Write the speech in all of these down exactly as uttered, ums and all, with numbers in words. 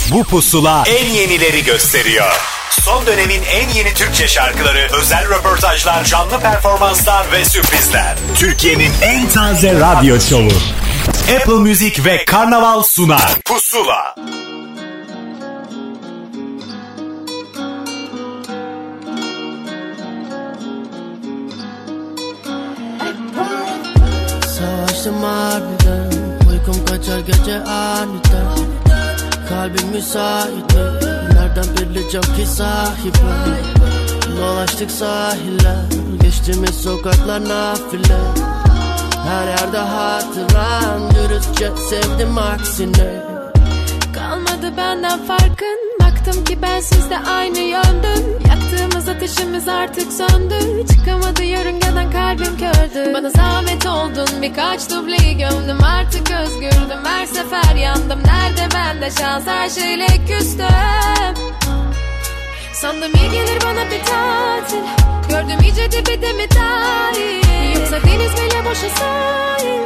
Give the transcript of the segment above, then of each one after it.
Bu pusula en yenileri gösteriyor. Son dönemin en yeni Türkçe şarkıları, özel röportajlar, canlı performanslar ve sürprizler. Türkiye'nin en taze radyo şovu. Apple Music ve Karnaval sunar. Pusula. Savaştım harbiden, uykum kaçar gece aniden. Kalbim müsait mi? Nereden bileceğim ki sahibi? Dolaştık sahiller, geçtiğimiz sokaklar nafile. Her yerde hatıran, dürüstçe sevdim aksine. Kalmadı benden farkın, baktım ki ben sizde aynı yöndüm. Yaktığımız ateşimiz artık söndü, çıkamadı yörüngeden kalbim kördü. Bana zahmet oldun, birkaç dubleyi gömdüm, artık özgürdüm. Her sefer yandım, nerede bende şans, her şeyle küstüm. Sandım iyi gelir bana bir tatil, gördüm iyice dibide mi dahil. Yoksa deniz bile boşa sahil,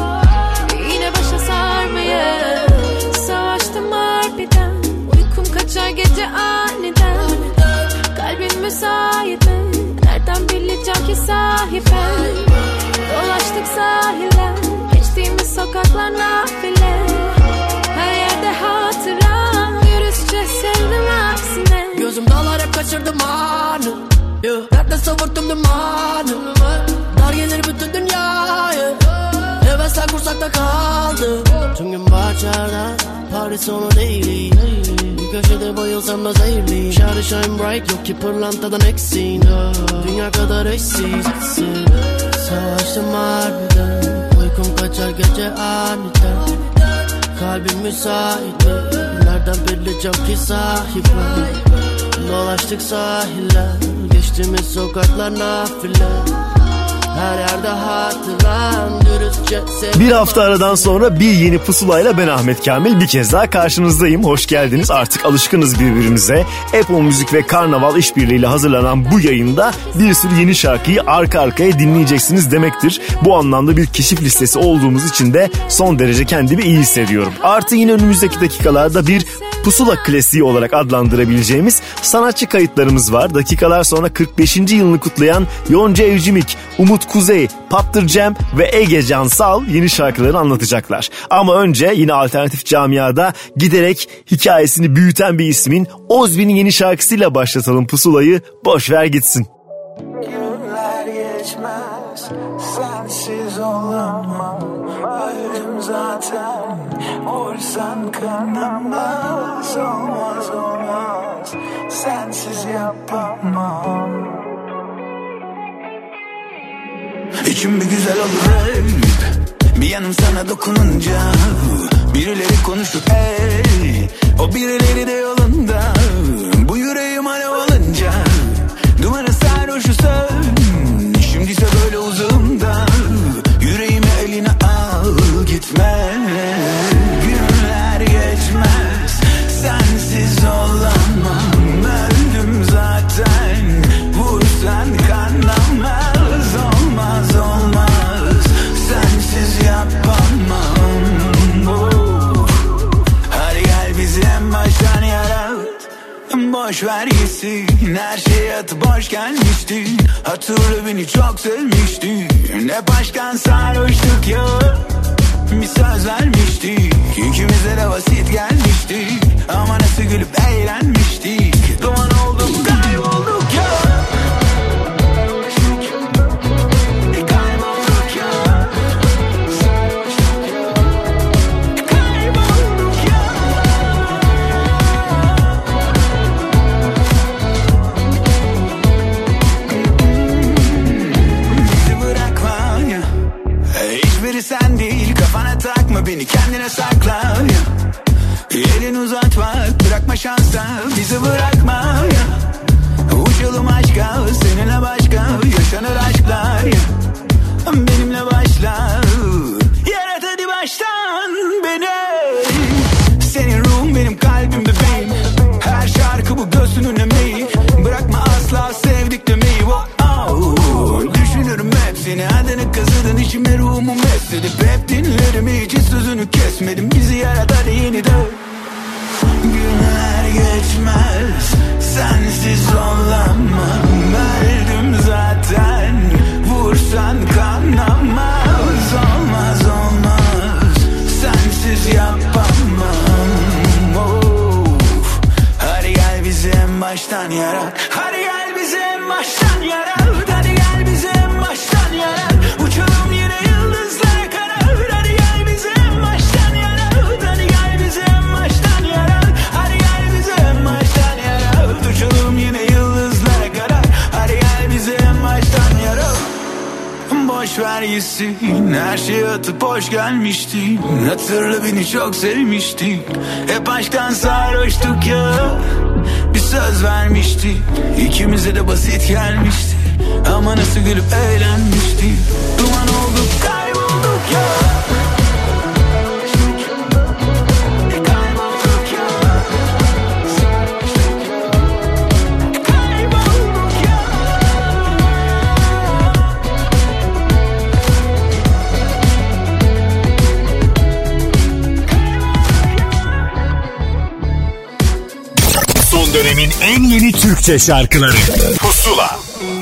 yine başa sarmayın. Savaştım harbiden, uykum kaçar gece aniden. Kalbin müsait mi? Nereden bileceğim ki sahibim? Dolaştık sahiller, geçtiğimiz sokaklar nafile. Her yerde hatıram, dürüstçe sevdim aksine. Gözüm dağlara kaçırdım anı, yeah. Nerede savurttum dumanı, dar gelir bütün dünyayı. Hevesler kursakta kaldı, tüm gün bahçede, party sonu değil. Bir köşede bayılsam da zehirli. Shine shine bright, yok ki pırlantadan eksin. Dünya kadar eşsiz. Savaştım harbiden, uykum kaçar gece aniden. Kalbim müsait mi? Nereden bileceğim ki sahibim? Dolaştık sahiller, geçtiğimiz sokaklar nafile. Her yerde hatıran, dürüstçe sevdim. Bir hafta aradan sonra bir yeni pusulayla ben Ahmet Kamil bir kez daha karşınızdayım. Hoş geldiniz. Artık alışkınız birbirimize. Apple Music ve Karnaval işbirliğiyle hazırlanan bu yayında bir sürü yeni şarkıyı arka arkaya dinleyeceksiniz demektir. Bu anlamda bir keşif listesi olduğumuz için de son derece kendimi iyi hissediyorum. Artı yine önümüzdeki dakikalarda bir pusula klasiği olarak adlandırabileceğimiz sanatçı kayıtlarımız var. Dakikalar sonra kırk beşinci yılını kutlayan Yonca Evcimik, Umut Kuzey, Paptır Cem ve Ege Cansal yeni şarkılarını anlatacaklar. Ama önce yine alternatif camiada giderek hikayesini büyüten bir ismin Ozbi'nin yeni şarkısıyla başlatalım pusulayı. Boş ver gitsin. Günler geçmez, sensiz olamam. Öldüm zaten, olsan kanamaz. Olmaz olmaz, sensiz yapamam. İçim bir güzel olur hey. Bir yanım sana dokununca, birileri konuşur hey. O birileri de yolunda, bu yüreğim alev alınca. Dumanı sarhoşu sön, şimdiyse böyle uzağımda. Yüreğimi eline al, gitme. Günler geçmez, sensiz olamam. Öldüm zaten, vursan kanamaz. Olmaz olmaz, sensiz yapamam. Oh. Hadi gel bizi en baştan yarat. Boş ver gitsin, her şey atıp boş gelmişti. Hatırla beni çok sevmişti. Ne başkan sarhoştuk ya, bir söz vermiştik. İkimize de basit gelmişti. Ama nasıl gülüp eğlenmiştik. Duman olduk, kaybolduk ya. Sen değil, kafana takma, beni kendine sakla ya. Elini uzatma, bırakma şansa, bizi bırakma ya. Uçalım aşka, seninle başka yaşanır aşklar ya. Benimle başla, yarat hadi baştan beni. Senin ruhun benim kalbim bebeğim. Her şarkı bu göğsünün emeği. Bırakma asla sevdik demeyi. Oh, oh. Düşünürüm hep seni, adını kazıdın içime, ruhumu mesledip hep dinlerim, hiç sözünü kesmedim. Bizi yarat hadi yeniden. Gün sensiz olamam. Öldüm zaten, vursan kanamaz. Olmaz olmaz, sensiz yapamam. Of. Hadi gel bizi en baştan yarat. Hadi gel bizi en baştan yarat. Hadi gel bizi en baştan yarat. Uçalım yine yıldızlara kadar. Hadi gel bizi en baştan yarat. Hadi gel bizi en baştan yarat. Hadi gel bizi en baştan yarat. Uçalım yine yıldızlara kadar. Hadi gel bizi en baştan yarat. Boş ver gitsin, her şeyi atıp boş gelmiştik. Hatırla beni çok sevmiştik. Hep aşktan sarhoştuk ya. Bir söz vermiştik, ikimize de basit gelmişti. Ama nasıl gülüp eğlenmiştik. Duman olduk, kaybolduk ya. Son dönemin en yeni Türkçe şarkıları Pusula.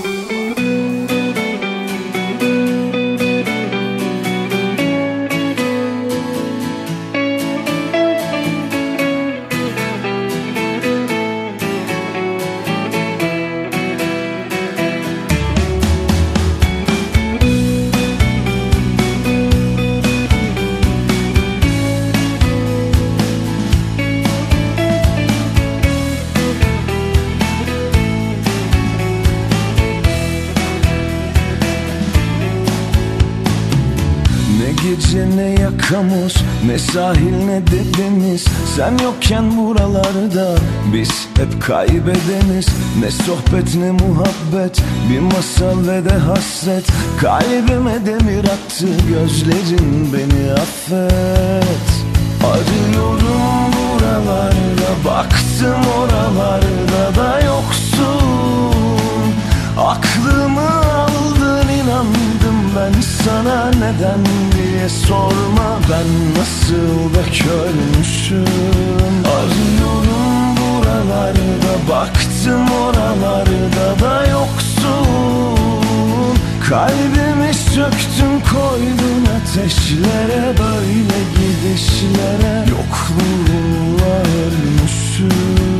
Ne yakamoz, ne sahil ne de deniz. Sen yokken buralarda biz hep kaybedeniz. Ne sohbet ne muhabbet, bir masal ve de hasret. Kalbime demir attı gözlerin, beni affet. Arıyorum buralarda, baktım oralarda da yoksun. Aklımı aldın, inandım ben sana, neden diye sorma, ben nasıl da körmüşüm. Arıyorum buralarda, baktım oralarda da yoksun. Kalbimi söktün koydun ateşlere, böyle gidişlere yokluğunla ölmüşüm.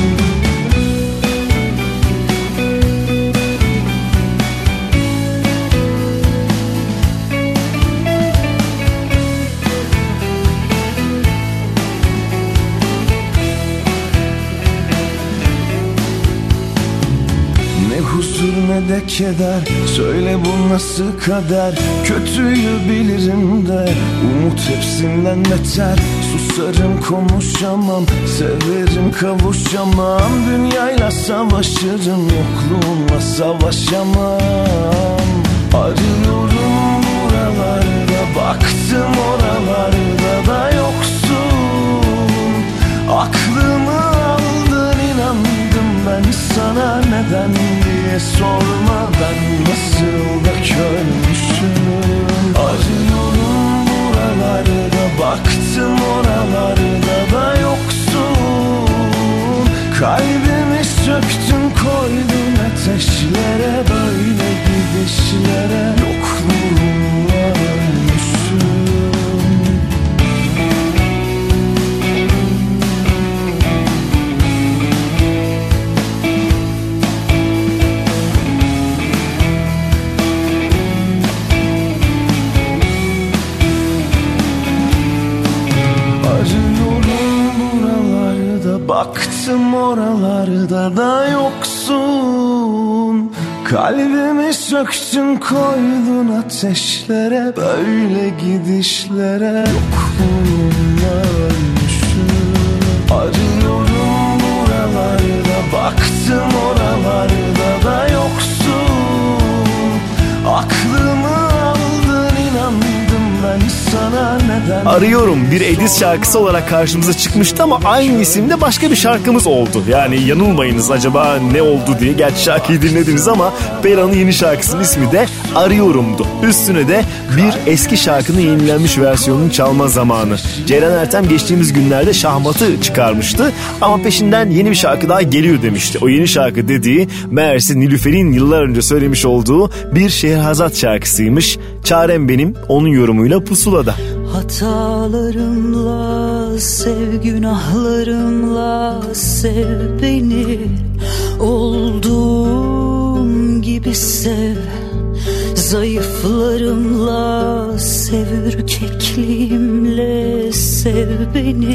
Ne de keder, söyle bu nasıl kader. Kötüyü bilirim de umut hepsinden beter. Susarım konuşamam, severim kavuşamam. Dünyayla savaşırım, yokluğunla savaşamam. Arıyorum buralarda, baktım oralarda da yoksun. Aklımı aldın, inandım ben sana, neden diye sorma, ben nasıl da körmüşüm. Arıyorum buralarda, baktım oralarda da yoksun. Kalbimi söktün koydun ateşlere, böyle gidişlere yokluğunla ölmüşüm. Baktım oralarda da yoksun. Kalbimi söktün koydun ateşlere, böyle gidişlere yokluğunla ölmüşüm. Arıyorum buralarda, baktım oralarda da yoksun. Aklımı aldın, inandım ben sana, neden Arıyorum bir Edis şarkısı olarak karşımıza çıkmıştı ama aynı isimde başka bir şarkımız oldu. Yani yanılmayınız acaba ne oldu diye. Gerçi şarkıyı dinlediniz ama Pera'nın yeni şarkısının ismi de Arıyorum'du. Üstüne de bir eski şarkının yenilenmiş versiyonunun çalma zamanı. Ceren Ertem geçtiğimiz günlerde Şahmat'ı çıkarmıştı ama peşinden yeni bir şarkı daha geliyor demişti. O yeni şarkı dediği meğerse Nilüfer'in yıllar önce söylemiş olduğu bir Şehrazat şarkısıymış. Çarem Benim onun yorumuyla Pusula'da. Hatalarımla sev, günahlarımla sev beni, olduğum gibi sev. Zayıflarımla sev, ürkekliğimle sev beni,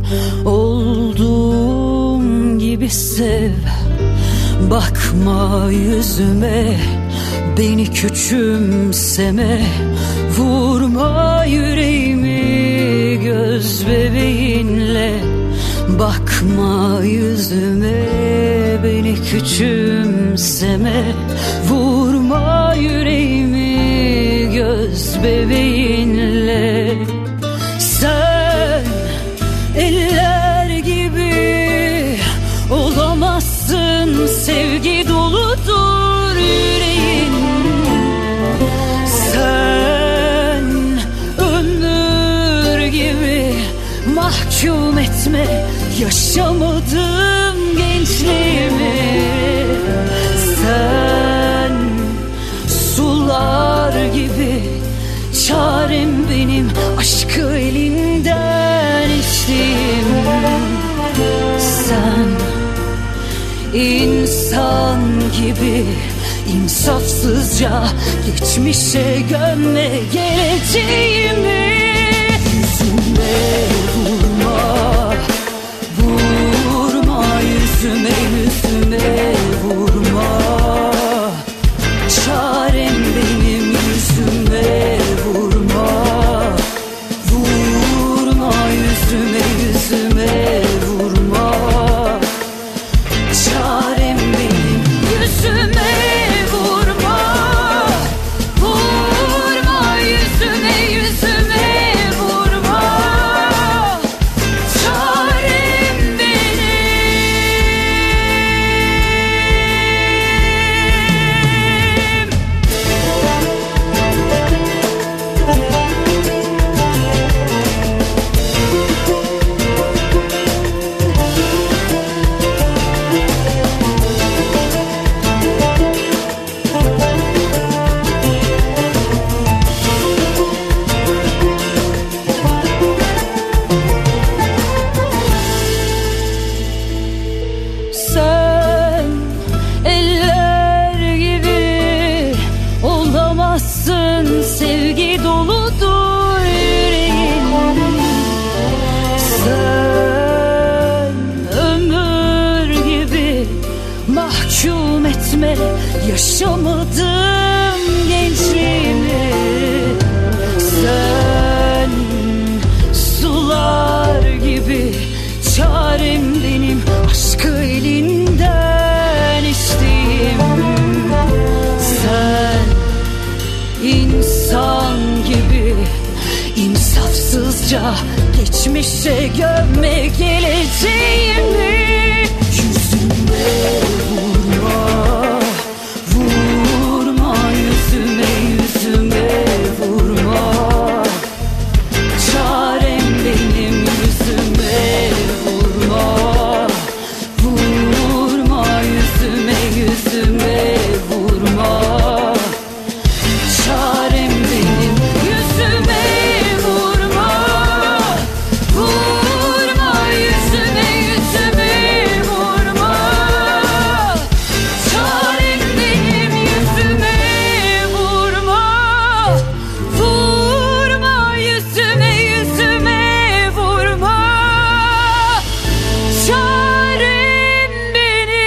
olduğum gibi sev. Bakma yüzüme, beni küçümseme, vurma yüreğimi göz bebeğinle. Bakma yüzüme, beni küçümseme, vurma yüreğimi göz bebeğinle. Sen eller gibi olamazsın, sevgi doludur yüreğin. Sen ömür gibi mahkum etme yaşamadım gençliğimi. Sen sular gibi çarem benim, aşkı elinden içtiğim. Sen insan gibi insafsızca geçmişe gömme geleceğimi. Yüzüme vurma, vurma yüzüme, yüzüme vurma. Çarem benim, yüzüme vurma, vurma yüzüme, yüzüme vurma. Çarem benim, yüzüme vurma, vurma yüzüme, yüzüme vurma. Çarem benim. Sen eller gibi olamazsın, sevgi doludur yüreğin. Sen ömür gibi mahkum etme yaşamadım gençliğimi. Sen sular gibi çarem benim, aşkı elinden içtiğim. Sen insan gibi insafsızca geçmişe gömme geleceğimi. Yüzüme vurma, vurma yüzüme, yüzüme vurma. Çarem benim, yüzüme vurma, vurma yüzüme, yüzüme vurma. Çarem benim, yüzüme vurma, vurma yüzüme, yüzüme vurma. Çarem benim, yüzüme vurma, vurma yüzüme, yüzüme vurma. Çarem benim.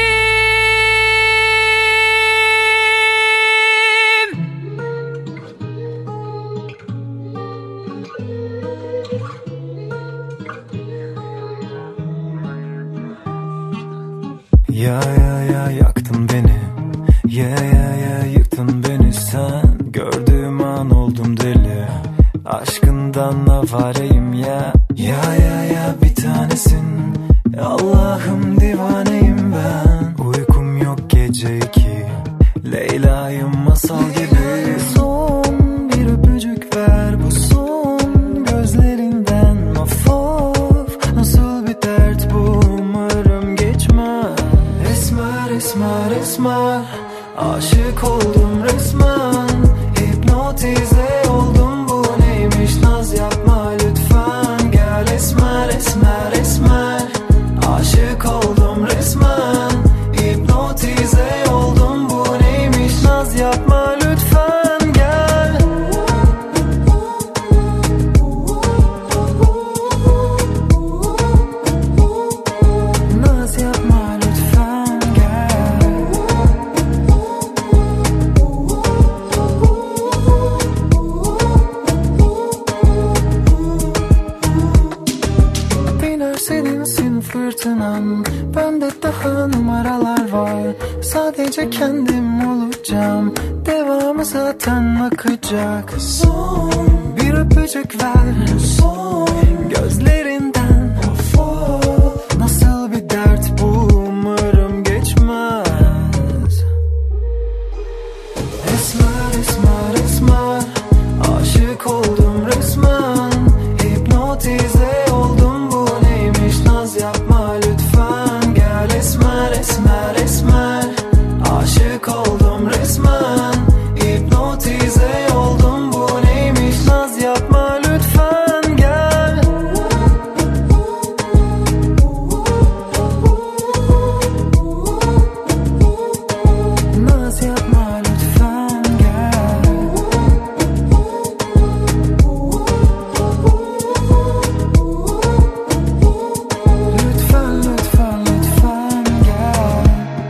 Ya ya ya yaktın beni, ya ya ya yıktın beni sen. Gördüğüm an oldum deli, aşkından avareyim ya. Ya ya ya bir tanesin, Allah'ım divaneyim ben. Uykum yok gece iki, Leyla'yım masal gibi. Son bir öpücük ver, bu son gözlerinden. Of of nasıl bir dert bu, umarım geçmez. Esmer esmer esmer, aşık oldum resmen. Hipnotize oldum, bu neymiş, naz yapma lütfen. Gel esmer esmer esmer, aşık oldum resmen. Hipnotize oldum, bu neymiş, naz yapma lütfen. Gel naz yapma lütfen, gel. Biner seninsin fırtınam, bende daha numaralar var. Sadece kendim olacağım, devamı zaten akacak. Son bir öpücük ver, son gözlerinden. Of of nasıl bir dert bu, umarım geçmez. Esmer esmer esmer, aşık oldum resmen. Hipnotize oldum, bu neymiş, naz yapma lütfen. Gel esmer esmer esmer, aşık oldum resmen. Hipnotize oldum, bu neymiş, naz yapma lütfen. Gel naz yapma lütfen, gel. Lütfen lütfen lütfen gel.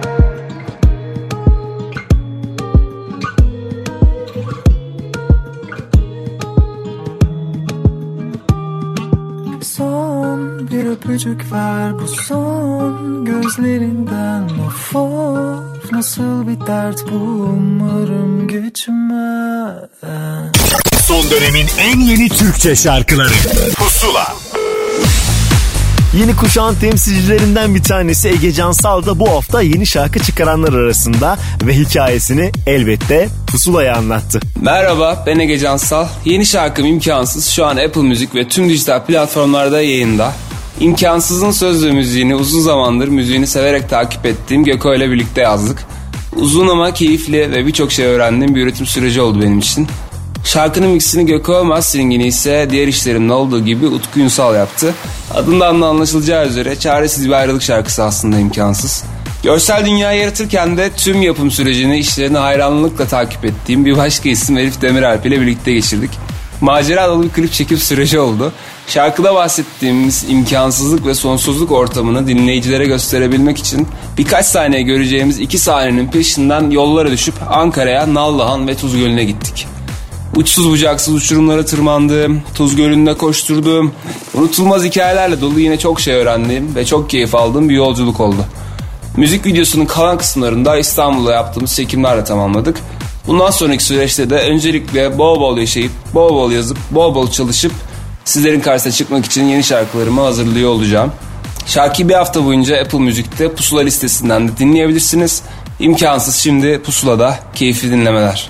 Son bir öpücük ver, bu son gözlerinden. Of of nasıl bir dert bu, umarım geçmez. Son dönemin en yeni Türkçe şarkıları Pusula. Yeni kuşağın temsilcilerinden bir tanesi Ege Cansal da bu hafta yeni şarkı çıkaranlar arasında ve hikayesini elbette Pusula'ya anlattı. Merhaba, ben Ege Cansal. Yeni şarkım İmkansız şu an Apple Müzik ve tüm dijital platformlarda yayında. İmkansız'ın söz ve müziğini uzun zamandır müziğini severek takip ettiğim Göko ile birlikte yazdık. Uzun ama keyifli ve birçok şey öğrendiğim bir üretim süreci oldu benim için. Şarkının mixini Göko, masteringini ise diğer işlerimde olduğu gibi Utku Ünsal yaptı. Adından da anlaşılacağı üzere çaresiz bir ayrılık şarkısı aslında İmkansız. Görsel dünyayı yaratırken de tüm yapım sürecini, işlerini hayranlıkla takip ettiğim bir başka isim Elif Demiralp ile birlikte geçirdik. Macera dolu bir klip çekim süreci oldu. Şarkıda bahsettiğimiz imkansızlık ve sonsuzluk ortamını dinleyicilere gösterebilmek için birkaç saniye göreceğimiz iki sahnenin peşinden yollara düşüp Ankara'ya, Nallıhan ve Tuz Gölü'ne gittik. Uçsuz bucaksız uçurumlara tırmandım, Tuz Gölü'nde koşturdum. Unutulmaz hikayelerle dolu yine çok şey öğrendiğim ve çok keyif aldığım bir yolculuk oldu. Müzik videosunun kalan kısımlarında İstanbul'da yaptığımız çekimlerle tamamladık. Bundan sonraki süreçte de öncelikle bol bol yaşayıp, bol bol yazıp, bol bol çalışıp sizlerin karşısına çıkmak için yeni şarkılarımı hazırlıyor olacağım. Şarkıyı bir hafta boyunca Apple Müzik'te Pusula listesinden de dinleyebilirsiniz. İmkansız şimdi Pusula'da, keyifli dinlemeler.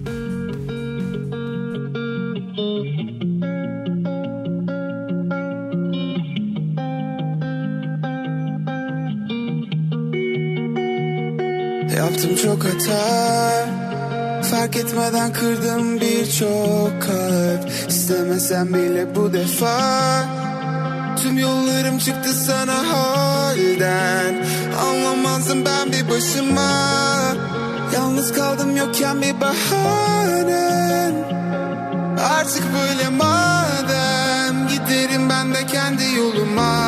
Yaptım çok hata, fark etmeden kırdım birçok kalp. İstemesem bile bu defa tüm yollarım çıktı sana halden. Anlamazdım ben bir başıma, yalnız kaldım yokken bir bahanen. Artık böyle madem, giderim ben de kendi yoluma.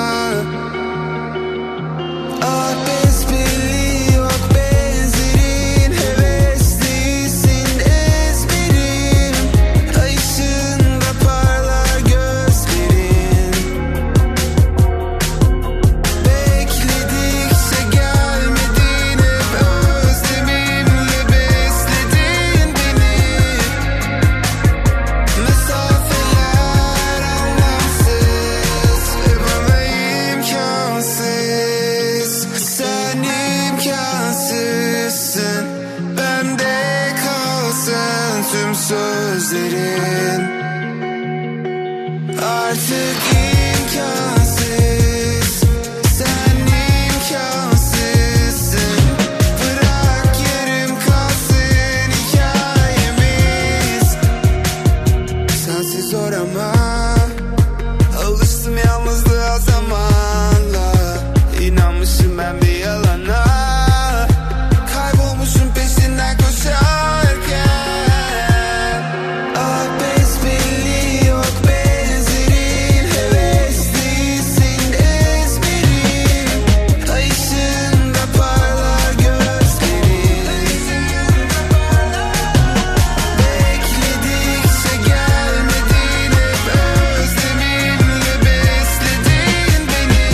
Ah besbelli yok benzerin, heveslisin ezberim. Ay ışığında parlar gözlerin. Bekledikçe gelmedin, hep özlemimle besledin beni. Mesafeler gözlerin. Artık imkansız, sen imkansızsın. Bırak yarım kalsın hikayemiz. Sensiz zor ama alıştım yalnızlığa zamanla. İnanmışım ben bir yalana, kaybolmuşum peşinden koşarken. Ah besbelli yok benzerin, heveslisin ezberin. Ay ışığında parlar gözlerin. Bekledikçe gelmedin, hep özleminle besledin beni.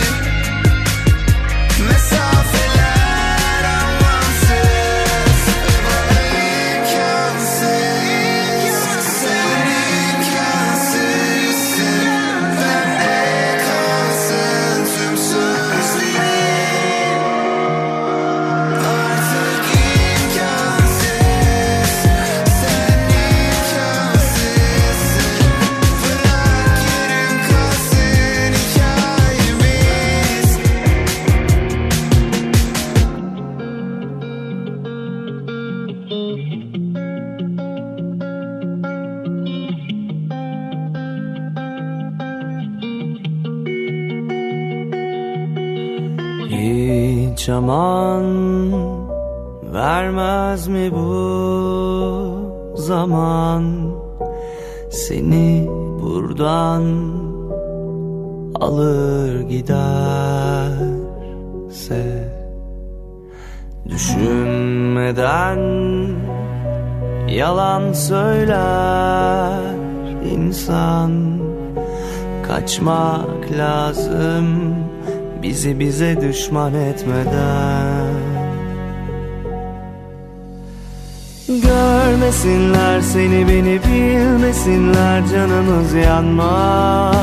Mesafeler anlamsız, imkansız. Sen imkansızsın, bende kalsın tüm sözlerin. Artık imkansız, sen imkansızsın. Bırak yarım kalsın hikayemiz. Hiç aman vermez mi bu zaman, seni buradan alır giderse? Düşünmeden yalan söyler insan. Kaçmak lazım bizi bize düşman etmeden. Görmesinler seni beni, bilmesinler canımız yanmaz.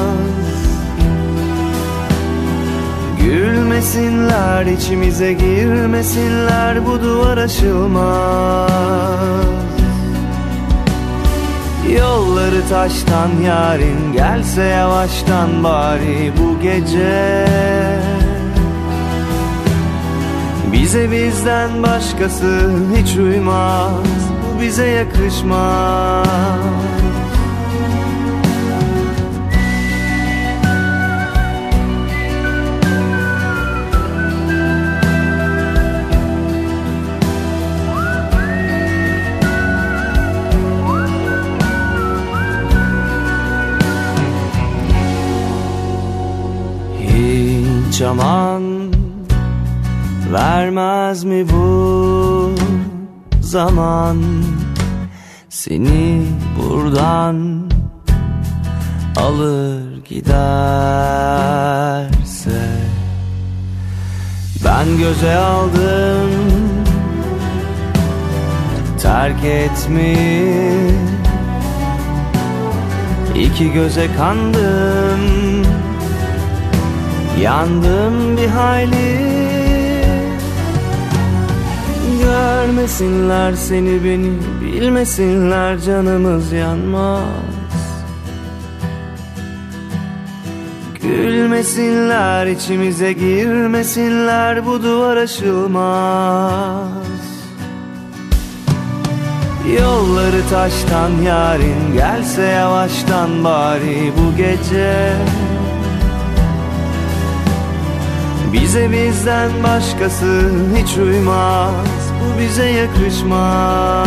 Gülmesinler içimize girmesinler, bu duvar aşılmaz. Yolları taştan yarim, gelse yavaştan bari bu gece. Bize bizden başkası hiç uymaz, bu bize yakışmaz. Hiç aman vermez mi bu zaman, seni buradan alır giderse? Ben göze aldım terk etmeyi, iki göze kandım, yandım bir hayli. Görmesinler seni beni, bilmesinler canımız yanmaz. Gülmesinler içimize girmesinler, bu duvar aşılmaz. Yolları taştan yarim, gelse yavaştan bari bu gece. Bize bizden başkası hiç uymaz, bu bize yakışmaz.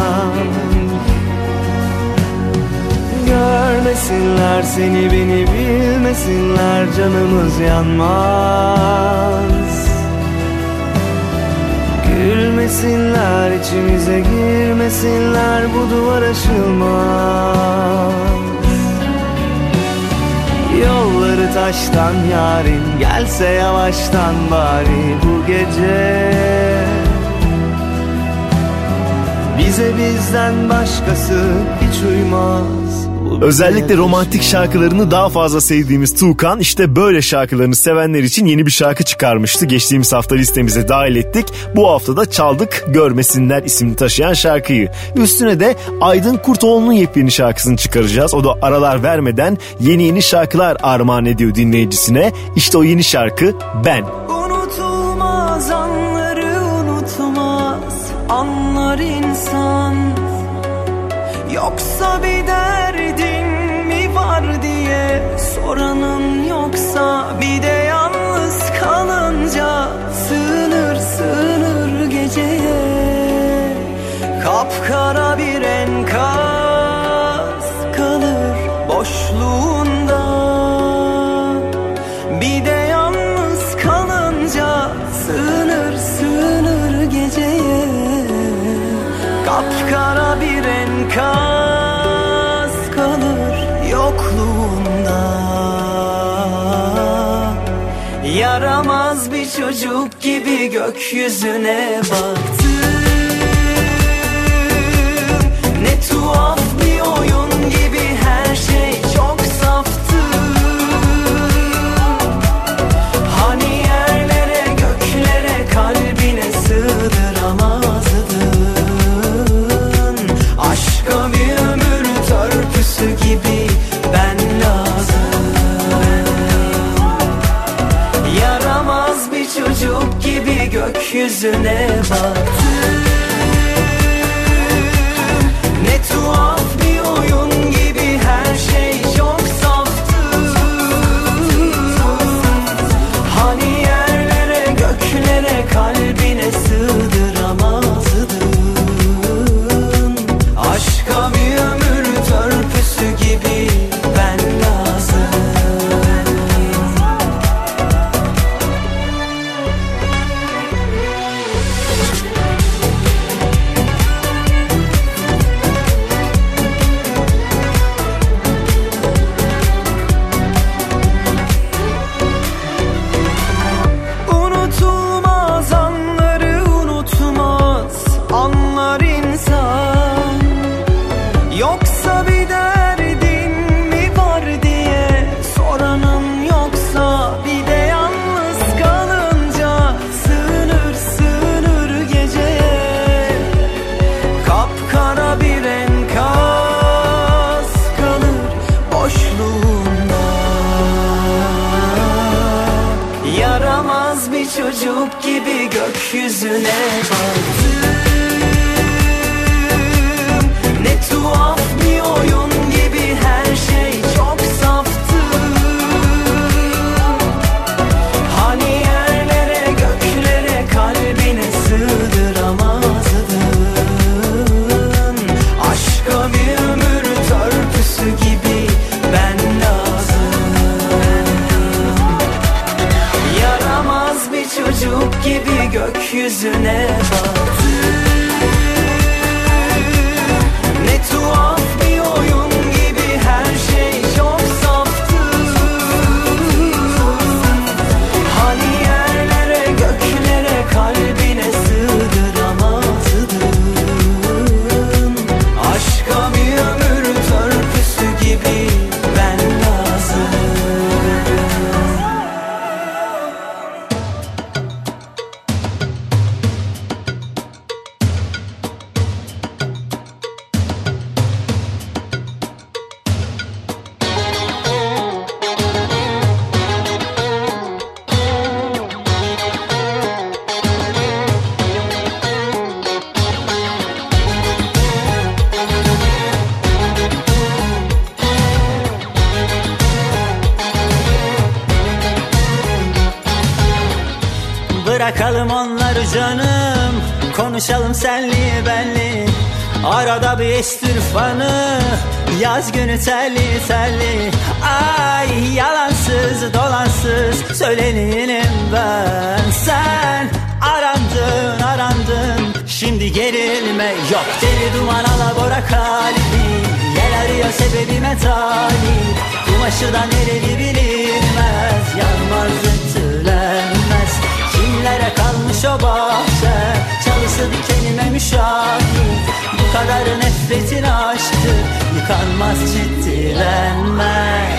Görmesinler seni beni, bilmesinler canımız yanmaz. Gülmesinler içimize girmesinler, bu duvar aşılmaz. Yolları taştan yarim, gelse yavaştan bari bu gece. Bize bizden başkası hiç uymaz, Özellikle romantik şarkılarını daha fazla sevdiğimiz Tuğkan işte böyle şarkılarını sevenler için yeni bir şarkı çıkarmıştı. Geçtiğimiz hafta listemize dahil ettik. Bu hafta da çaldık Görmesinler ismini taşıyan şarkıyı. Üstüne de Aydın Kurtoğlu'nun yepyeni şarkısını çıkaracağız. O da aralar vermeden yeni yeni şarkılar armağan ediyor dinleyicisine. İşte o yeni şarkı Ben. Unutulmaz anları unutmaz anlar insan. Yoksa bir derdin mi var diye soranın yoksa, bir de yalnız kalınca sığınır sığınır geceye. Kapkara bir enkaz kalır boşluğunda, bir de yalnız kalınca sığınır sığınır geceye. Kapkara bir enkaz kalır yokluğunda. Yaramaz bir çocuk gibi gökyüzüne baktım. Ne tuhaf bir oyun gibi her şey çok saftı. Hani yerlere göklere kalbine sığdıramazdın. Aşka bir ömür törpüsü gibi ben lazım. Yaramaz bir çocuk gibi gökyüzüne baktım. Ne tuhaf bir oyun gibi her şey çok saftı. Hani yerlere göklere kalbine sığdıramazdın. Aşka bir ömür törpüsü gibi ben lazım. Unutulmaz anları unutmaz anlar insan. Yoksa bir derdin mi var diye soranın yoksa, bir de yalnız kalınca sığınır sığınır geceye. Kapkara bir enkaz kalır boşluğunda. Yaramaz bir çocuk gibi gökyüzüne baktım. Ne tuhaf bir oyun gibi her şey çok saftı. Hani yerlere göklere kalbine sığdıramazdın. Aşka bir ömür törpüsü gibi ben lazım. Yaramaz bir çocuk gibi gökyüzüne baktım. Ne tuhaf bir oyun gibi her şey çok saftı. Hani yerlere göklere kalbine sığdıramazdın. Aşka bir ömür törpüsü gibi ben lazım. Bırakalım onları canım, konuşalım senli benli. Arada bir estir fanı, yaz günü telli telli. Ay yalansız dolansız söyleneyim ben. Sen arandın arandın, şimdi gerilme yok. Deli duman alabora kalbi, yel arıyor sebebime talip. Kumaşı da nereli bilinmez, yanmaz ütülenmez. Kimlere kalmış o bahçe, çalısı dikenime müşahit. Bu kadar nefretin aşktı, yıkanmaz, ciddilenmez.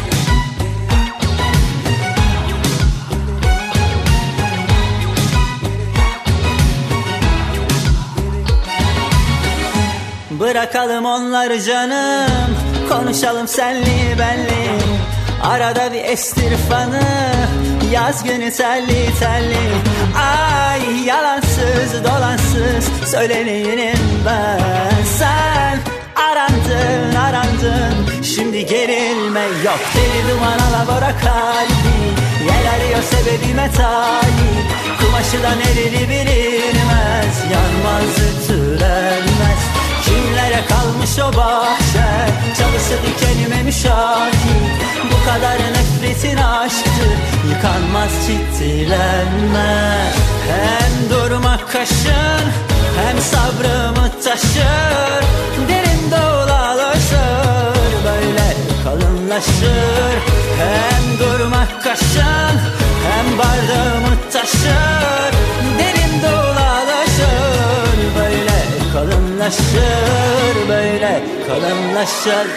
Bırakalım onları canım, konuşalım senli benli. Arada bir estir fanı, yaz günü telli telli. Ay yalansız dolansız söyleneyim ben. Sen arandın arandın, şimdi gerilme yok. Deli duman alabora kalbi, yel arıyor sebebime talip. Kumaşı da nereli bilinmez, yanmaz ütülenmez. Kimlere kalmış o bahçe, çalısı dikenime müşahit. Bu kadar nefretin aşktır, yıkanmaz, ciddilenmez. Hem durmak kaşın, hem sabrımı taşır. Derin dolalaşır, böyle kalınlaşır. Hem durmak kaşın, hem bardağımı taşır. Derin dolalaşır, böyle kalınlaşır, böyle kalınlaşır.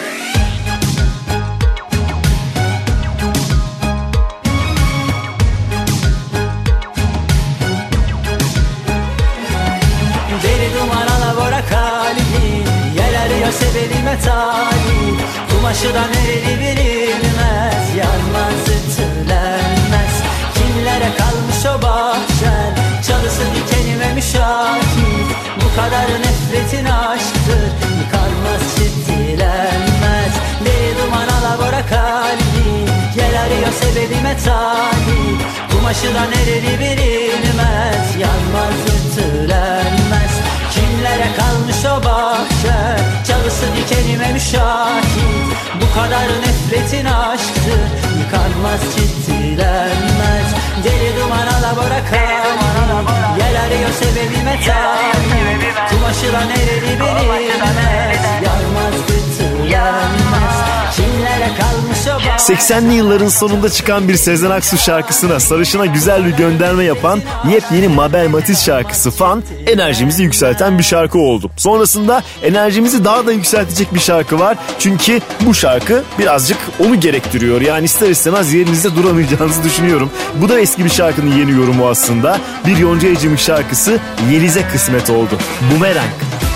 Deli duman alabora kalbim, yel arıyor sebebime talip. Kumaşı da nereli bilinmez, yanmaz ütülenmez. Kimlere kalmış o bahçen, çalısı dikenime müşahit. Bu kadar nefretin aşktır, yıkanmaz, ciddilenmez. Deli duman alabora kalbim, yel arıyor sebebime talip. Kumaşı da nereli bilinmez, yanmaz, ütülenmez. Kimlere kalmış o bahçe, çalısı dikenime müşahit. Bu kadar nefretin aşktır, yıkanmaz, ciddilenmez. Deli duman alabora kalbim, yel arıyor sebebime talip. Kumaşı da nereli bilinmez, yanmaz, ütülenmez. Kimlere kalmış o bahçe. seksenli yılların sonunda çıkan bir Sezen Aksu şarkısına sarışına güzel bir gönderme yapan yepyeni Mabel Matiz şarkısı Fan, enerjimizi yükselten bir şarkı oldu. Sonrasında enerjimizi daha da yükseltecek bir şarkı var. Çünkü bu şarkı birazcık onu gerektiriyor. Yani ister istemez yerinizde duramayacağınızı düşünüyorum. Bu da eski bir şarkının yeni yorumu aslında. Bir Yonca Evcimik şarkısı Yeliz'e kısmet oldu. Bumerang.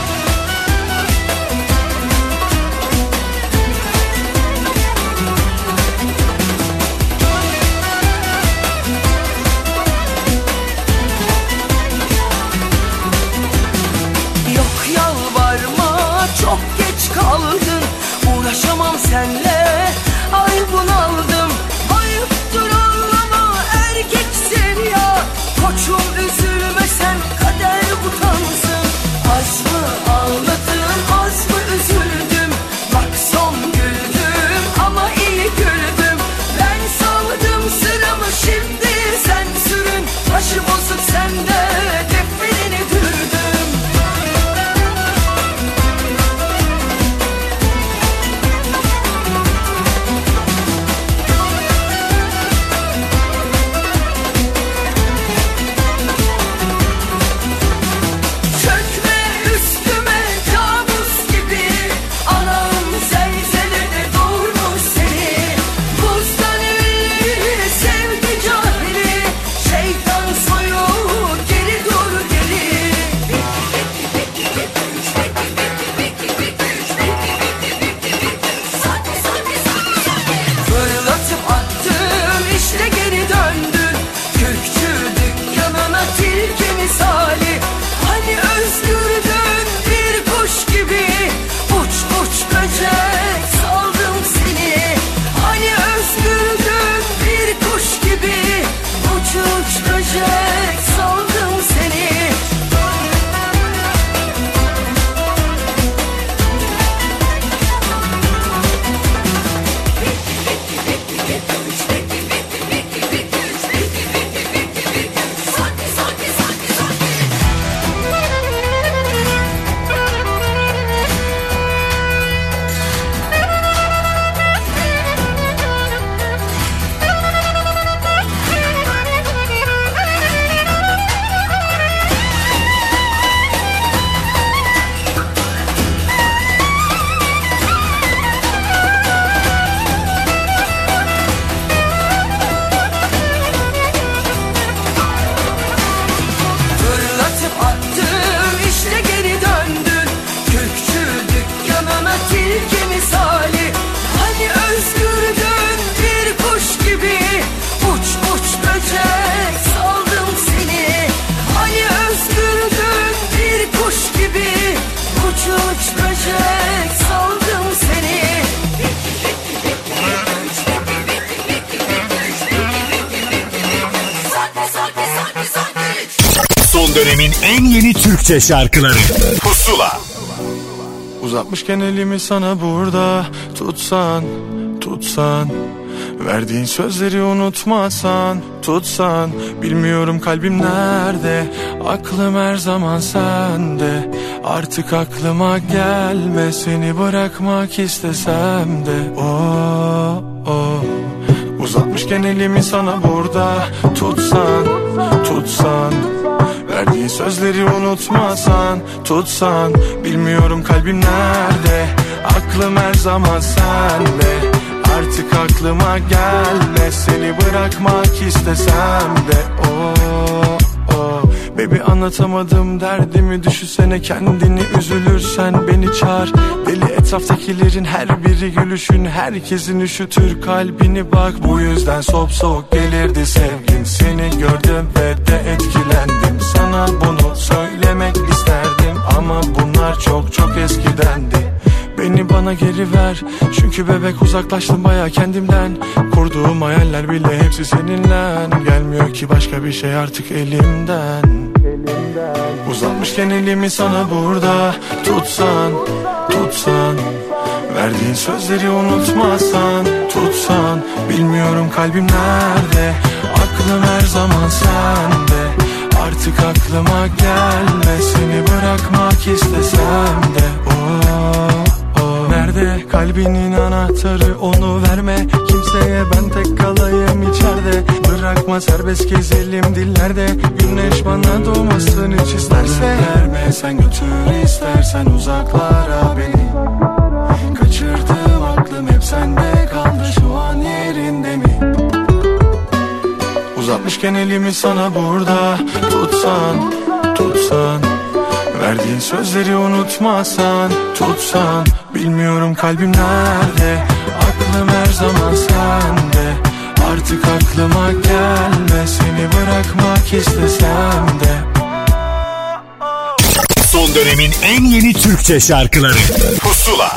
Uğraşamam senle, ay bunaldım. Ayıptır anlama, erkeksin ya. Koçum üzülme sen, kader utansın. Aşk Son dönemin en yeni Türkçe şarkıları Pusula. Uzatmışken elimi sana burada tutsan, tutsan, verdiğin sözleri unutmasan, tutsan. Bilmiyorum kalbim nerede, aklım her zaman sende. Artık aklıma gelme, seni bırakmak istesem de. Oh, oh. Uzatmışken elimi sana burada tutsan, tutsan, verdiğin sözleri unutmasan, tutsan. Bilmiyorum kalbim nerede, aklım her zaman sende. Artık aklıma gelme, seni bırakmak istesem de. Oh, oh. Baby anlatamadım derdimi, düşünsene kendini üzülürsen beni çağır. Deli etraftakilerin her biri gülüşün, herkesin üşütür kalbini bak. Bu yüzden sop soğuk gelirdi sevgim, seni gördüm ve de etkilendim. Sana bunu söylemek isterdim ama bunlar çok çok eskidendi. Beni bana geri ver, çünkü bebek uzaklaştım baya kendimden. Kurduğum hayaller bile hepsi seninle. Gelmiyor ki başka bir şey artık elimden, elimden. Uzatmışken elimi sana burada tutsan, tutsan, verdiğin sözleri unutmasan, tutsan. Bilmiyorum kalbim nerede, aklım her zaman sende. Artık aklıma gelme, seni bırakmak istesem de. Oh, oh. Nerede kalbinin anahtarı, onu verme kimseye, ben tek kalayım içeride. Bırakma serbest gezelim dillerde, güneş bana doğmasın hiç isterse. Verme sen götür istersen uzaklara beni. Kaçırdım aklım hep sende kaldı, şu an yerinde mi? Uzatmışken elimi sana burada tutsan, tutsan, verdiğin sözleri unutmasan, tutsan. Bilmiyorum kalbim nerede, aklım her zaman sende. Artık aklıma gelme, seni bırakmak istesem de. Son dönemin en yeni Türkçe şarkıları Pusula.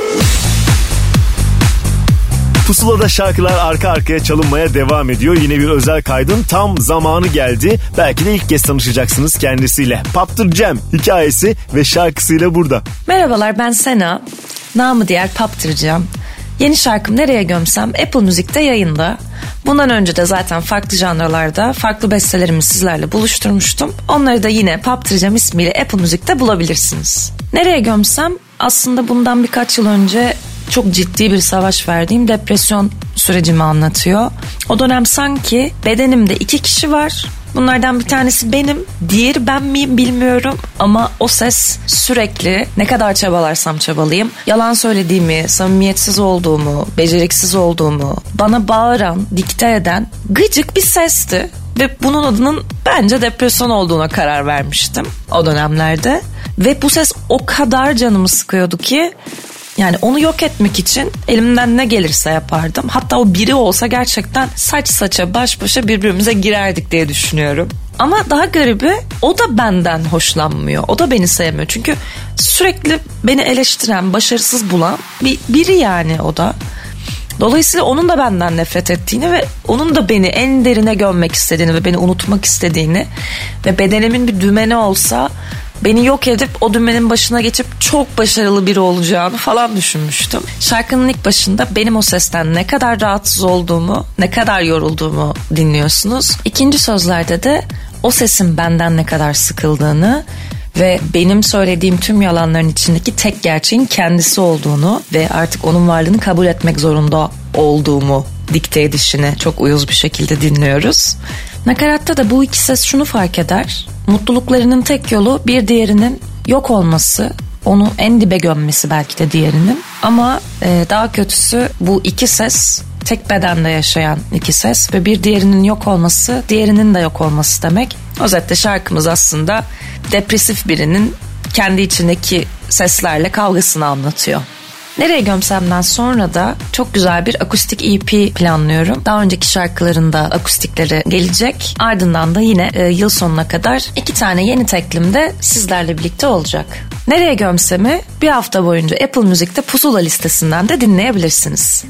Pusula'da şarkılar arka arkaya çalınmaya devam ediyor. Yine bir özel kaydın tam zamanı geldi. Belki de ilk kez tanışacaksınız kendisiyle. Paptır Cem hikayesi ve şarkısıyla burada. Merhabalar, ben Sena. Namı diğer Paptır Cem. Yeni şarkım Nereye Gömsem Apple Müzik'te yayında. Bundan önce de zaten farklı janralarda farklı bestelerimi sizlerle buluşturmuştum. Onları da yine Paptır Cem ismiyle Apple Müzik'te bulabilirsiniz. Nereye Gömsem aslında bundan birkaç yıl önce çok ciddi bir savaş verdiğim depresyon sürecimi anlatıyor. O dönem sanki bedenimde iki kişi var. Bunlardan bir tanesi benim, diğeri ben miyim bilmiyorum ama o ses sürekli ne kadar çabalarsam çabalayayım yalan söylediğimi, samimiyetsiz olduğumu, beceriksiz olduğumu bana bağıran, dikte eden gıcık bir sesti. Ve bunun adının bence depresyon olduğuna karar vermiştim o dönemlerde. Ve bu ses o kadar canımı sıkıyordu ki yani onu yok etmek için elimden ne gelirse yapardım. Hatta o biri olsa gerçekten saç saça baş başa birbirimize girerdik diye düşünüyorum. Ama daha garibi o da benden hoşlanmıyor. O da beni sevmiyor. Çünkü sürekli beni eleştiren, başarısız bulan bir, biri yani o da. Dolayısıyla onun da benden nefret ettiğini ve onun da beni en derine gömmek istediğini ve beni unutmak istediğini ve bedenimin bir dümeni olsa beni yok edip o dümenin başına geçip çok başarılı biri olacağını falan düşünmüştüm. Şarkının ilk başında benim o sesten ne kadar rahatsız olduğumu, ne kadar yorulduğumu dinliyorsunuz. İkinci sözlerde de o sesin benden ne kadar sıkıldığını ve benim söylediğim tüm yalanların içindeki tek gerçeğin kendisi olduğunu ve artık onun varlığını kabul etmek zorunda olduğumu dikte edişini çok uyuz bir şekilde dinliyoruz. Nakaratta da bu iki ses şunu fark eder: mutluluklarının tek yolu bir diğerinin yok olması, onu en dibe gömmesi belki de diğerinin. Ama e, daha kötüsü bu iki ses tek bedende yaşayan iki ses ve bir diğerinin yok olması, diğerinin de yok olması demek. Özetle şarkımız aslında depresif birinin kendi içindeki seslerle kavgasını anlatıyor. Nereye Gömsem'den sonra da çok güzel bir akustik E P planlıyorum. Daha önceki şarkılarında akustikleri gelecek. Ardından da yine e, yıl sonuna kadar iki tane yeni teklim de sizlerle birlikte olacak. Nereye Gömsem'i bir hafta boyunca Apple Müzik'te Pusula listesinden de dinleyebilirsiniz.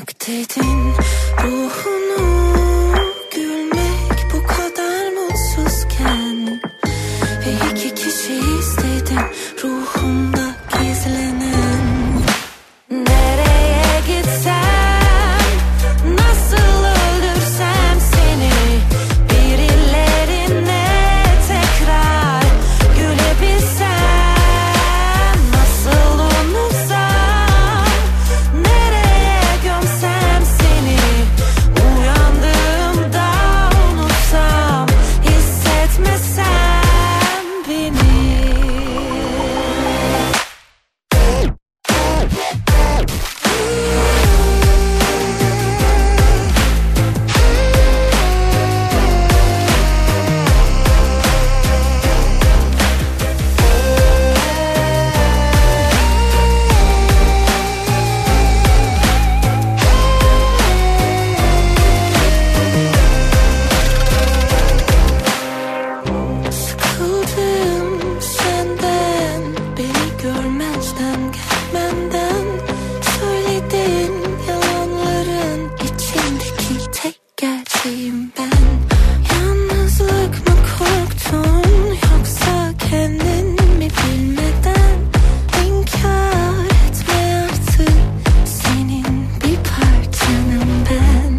yaşamak dedin, ruhunu gülmek bu kadar mutsuzken, ve iki kişi istedin ruhumda gizlenen. Nereye gitsem, nasıl öldürsem seni, birilerine tekrar gülebilsem, nasıl unutsam, nereye gömsem seni, uyandığımda unutsam, hissetmesem beni. Sıkıldım senden, beni görmezden gelmenden, söyledin yalanların içindeki tek gerçeğim ben. Yalnızlık mı korktun, yoksa kendin mi bilmeden, inkar etme artık, senin bir parçanım ben.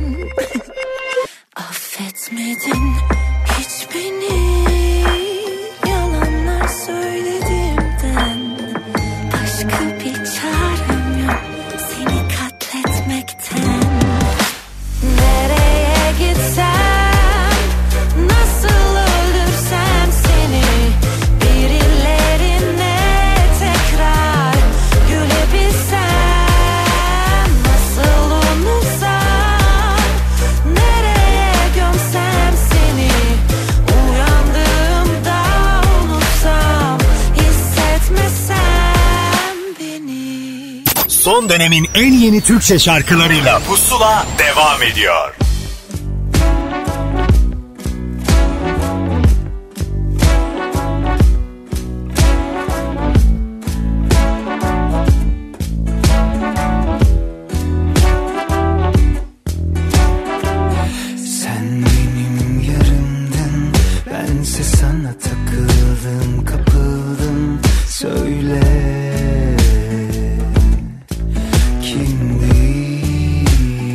Affetmedin hiç beni, yalanlar söyledimden, başka bir çarem yok seni katletmekten. Nereye gitsem, nasıl öldürsem seni, birilerine tekrar gülebilsem, nasıl unutsam, nereye gömsem seni, uyandığımda unutsam, hissetmesem beni. Son dönemin en yeni Türkçe şarkılarıyla Pusula devam ediyor. Sen benim yarımdın, bense sana takıldım, kapıldım. Söyle kimdin?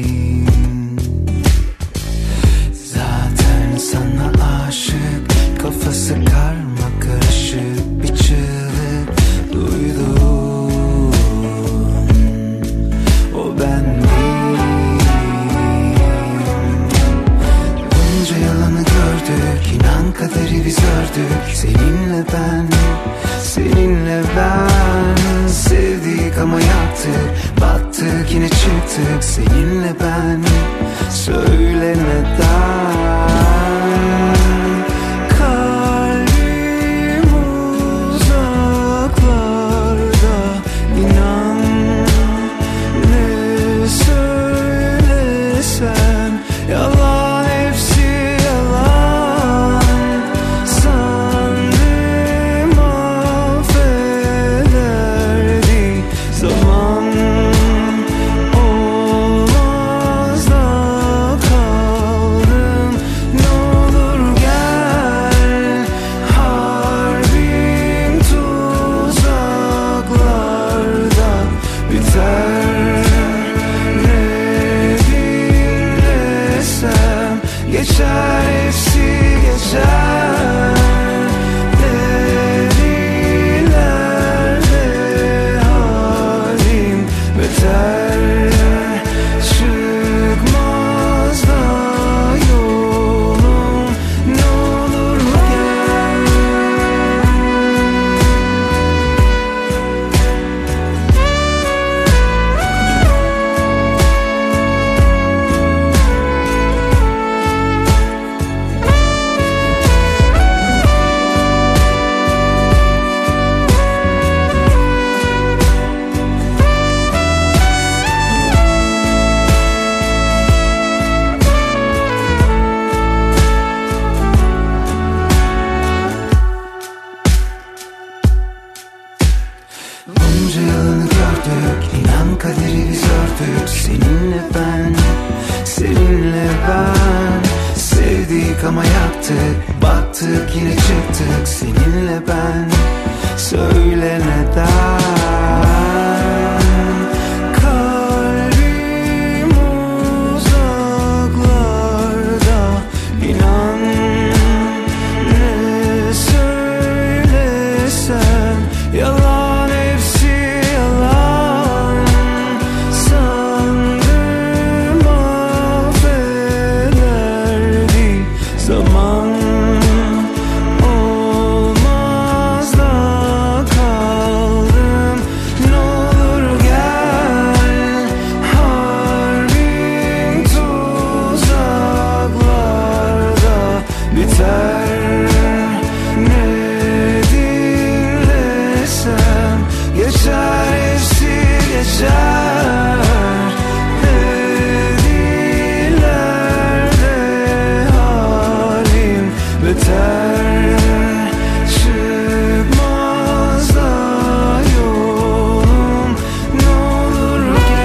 Zaten sana aşık, kafası karma karışık bir çığlık duydum. O ben değilim. Bunca yalanı gördük, inan kaderi biz ördük. Seninle ben, seninle ben, sevdik ama yaptık, battık yine çıktık. Seninle ben, söyle neden? Kalbim uzaklarda, inan ne söylesem yalan, hepsi yalan. Sandım affederdi zaman, olmaz da kaldım ayrılığını gördük, inan kaderi biz ördük. Seninle ben, seninle ben. Sevdik ama yaktık, battık yine çıktık. Seninle ben, söyle neden? Kalbim uzaklarda, inan ne söylesen yalan, hepsi yalan. Sandım affederdi zaman, olmaz da kaldım. Ne olur gel, harbin tuzaklarda biter. Ne dinlesem geçer, hepsi geçer. Hedilerde halim beter. Çıkmaz da yolum, ne olur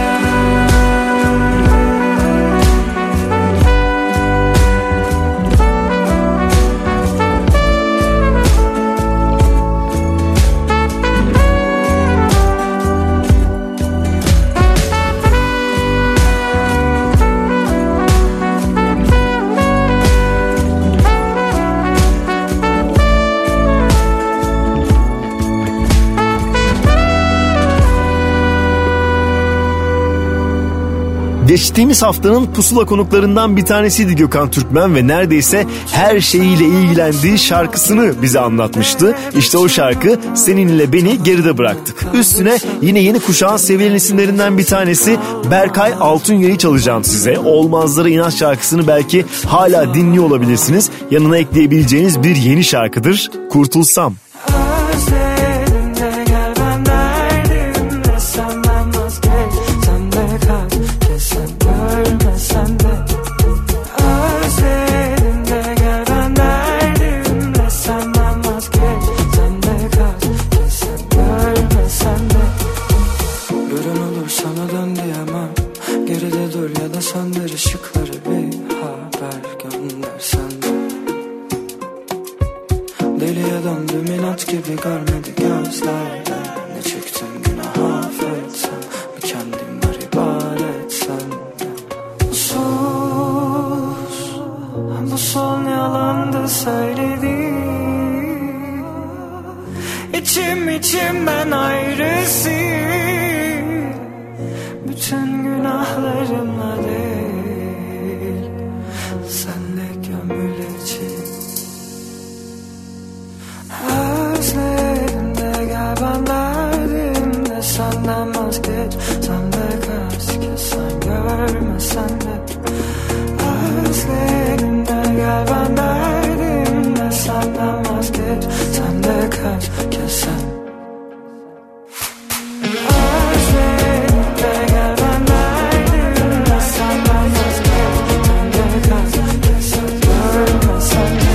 Geçtiğimiz haftanın pusula konuklarından bir tanesiydi Gökhan Türkmen ve neredeyse her şeyiyle ilgilendiği şarkısını bize anlatmıştı. İşte o şarkı Seninle Beni Geride Bıraktık. Üstüne yine yeni kuşağın sevilen isimlerinden bir tanesi Berkay Altunya'yı çalacağım size. Olmazlara İnat şarkısını belki hala dinliyor olabilirsiniz. Yanına ekleyebileceğiniz bir yeni şarkıdır Kurtulsam. Özledim de gel, ben derdim de senden vazgeç. Sen de kaç, kesen görmesen de. Özledim de gel, ben derdim de senden vazgeç. Sen de kaç, kesen görmesen de. Görün olur sana dön diyemem. Geride dur ya da söndür ışıkları, bir haber göndersen de. Deliye döndüm inat gibi, görmedi gözlerden. Ne çektim günah affetsem, bir kendim var ibadet senden. Sus, bu son yalandı söylediğim. İçim içimden ayrısın. Bütün günahlarımla değil, senle gömüleceğim. Özledim de gel, ben derdim de senden vazgeç. Sen de kaç kez sen görmesen de. Özledim de gel, ben derdim de senden vazgeç. Sen de kaç kez sen. Özledim de gel, ben derdim de senden vazgeç. Sen de kaç kez sen görmesen de.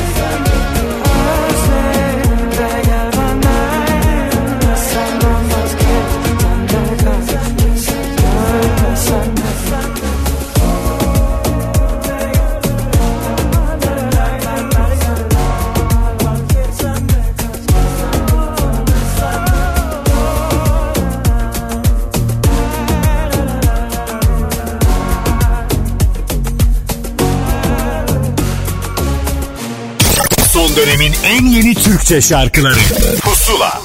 Son dönemin en yeni Türkçe şarkıları Pusula.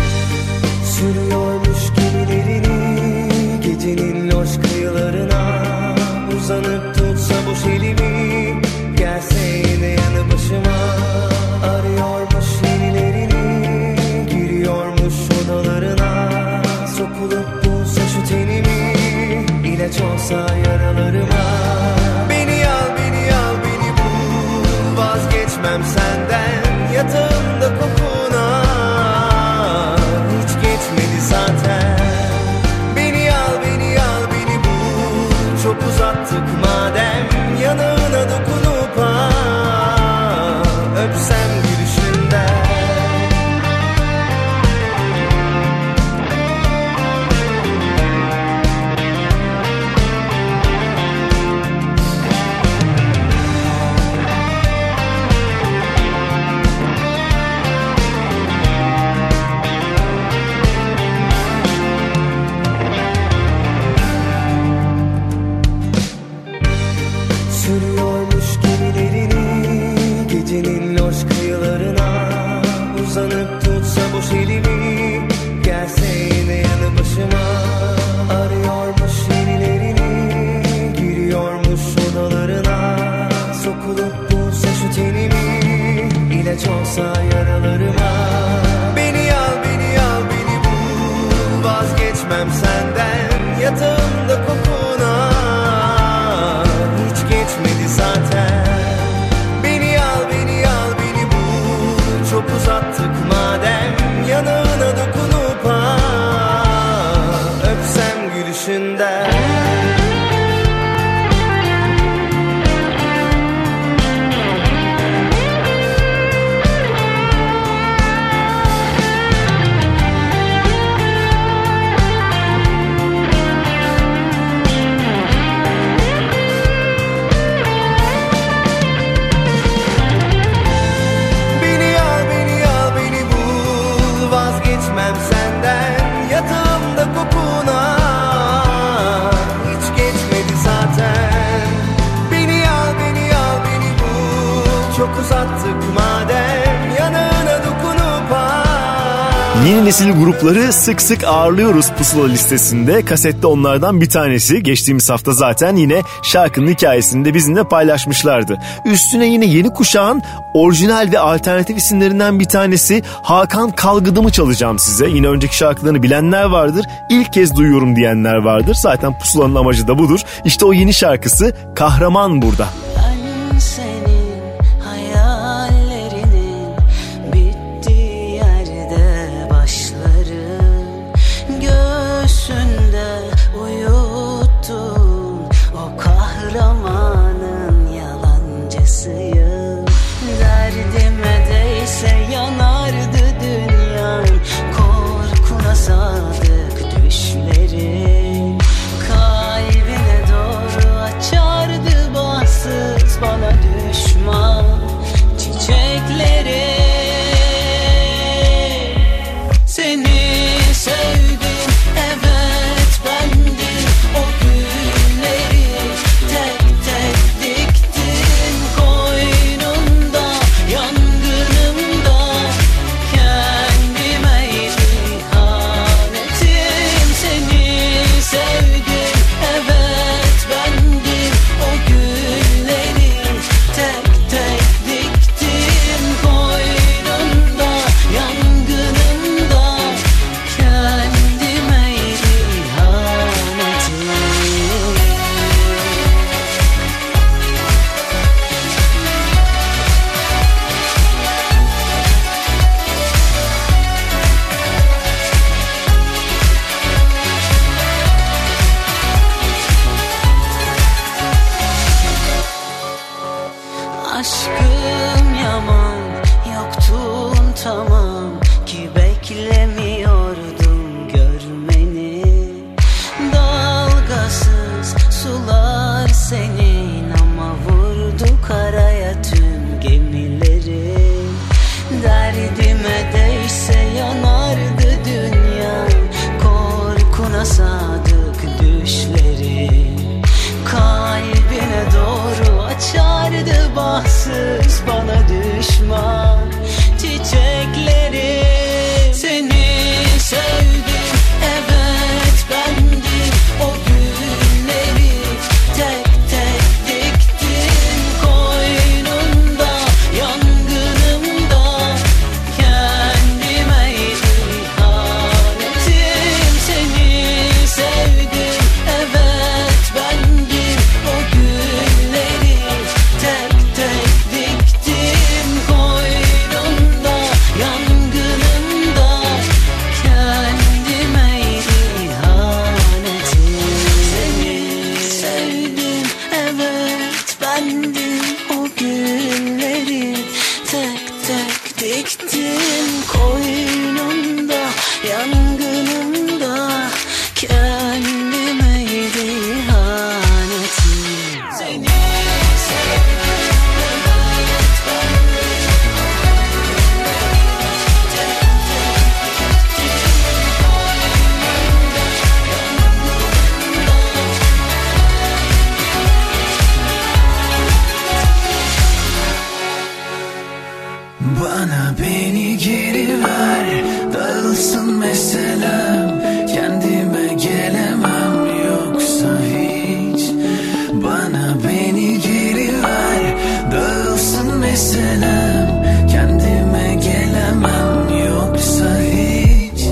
Sürüyormuş gemilerini gecenin loş kıyılarına. Arıyormuş gemilerini gecenin loş kıyılarına, uzanıp tutsa boş elimi, gelse yine yanı başıma. Arıyormuş yenilerini, giriyormuş odalarına, sokulup bulsa şu tenimi, ilaç olsa yaralarıma. Beni al, beni al, beni bul, vazgeçmem senden, yatağımda kokuna, hiç geçmedi zaten. Beni al, beni al, beni bul, çok uzattık madem, yanağına dokunup ah, öpsem gülüşünden. Vazgeçmem senden, yatağımda kokuna, hiç geçmedi zaten. Beni al, beni al, beni bul, çok uzattık madem, yanağına dokunup ah. Yeni nesil grupları sık sık ağırlıyoruz Pusula listesinde. Kasette onlardan bir tanesi. Geçtiğimiz hafta zaten yine şarkının hikayesini de bizimle paylaşmışlardı. Üstüne yine yeni kuşağın orijinal ve alternatif isimlerinden bir tanesi Hakan Kalgıdım'ı çalacağım size. Yine önceki şarkılarını bilenler vardır, ilk kez duyuyorum diyenler vardır. Zaten Pusula'nın amacı da budur. İşte o yeni şarkısı Kahraman burada. Ben senin hayallerinin bittiği yerde başlarım. Göğsünde uyuttun o kahramanın yalancısıyım. Derdime değse yanardı dünyam, korkuna sadık düşlerim. Kalbine doğru açardı bahtsız bana düşman çiçekleri. Seni sevdim, evet bendim, o gülleri tek tek diktin koynumda, yangınımda, kendime ihanetim. Seni sevdim, evet bendim, o gülleri tek tek diktim koynumda, yangınımda, kendime ihanetim. Aşkım yaman, yoktun tamam ki beklemiyordum görmeni. Dalgasız sular senin ama vurdu karaya tüm gemileri. Derdime değse yanardı dünya, korkuna sadık düşlerim. Kalbine doğru açardı bahtsız bana düşman çiçekleri. Seni sevdim, evet bendim, o gülleri tek tek diktin koynumda, yangınımda, kendime ihanetim. Seni sevdim, evet bendim, o gülleri tek tek diktim koynumda. meselem. Kendime gelemem yoksa hiç.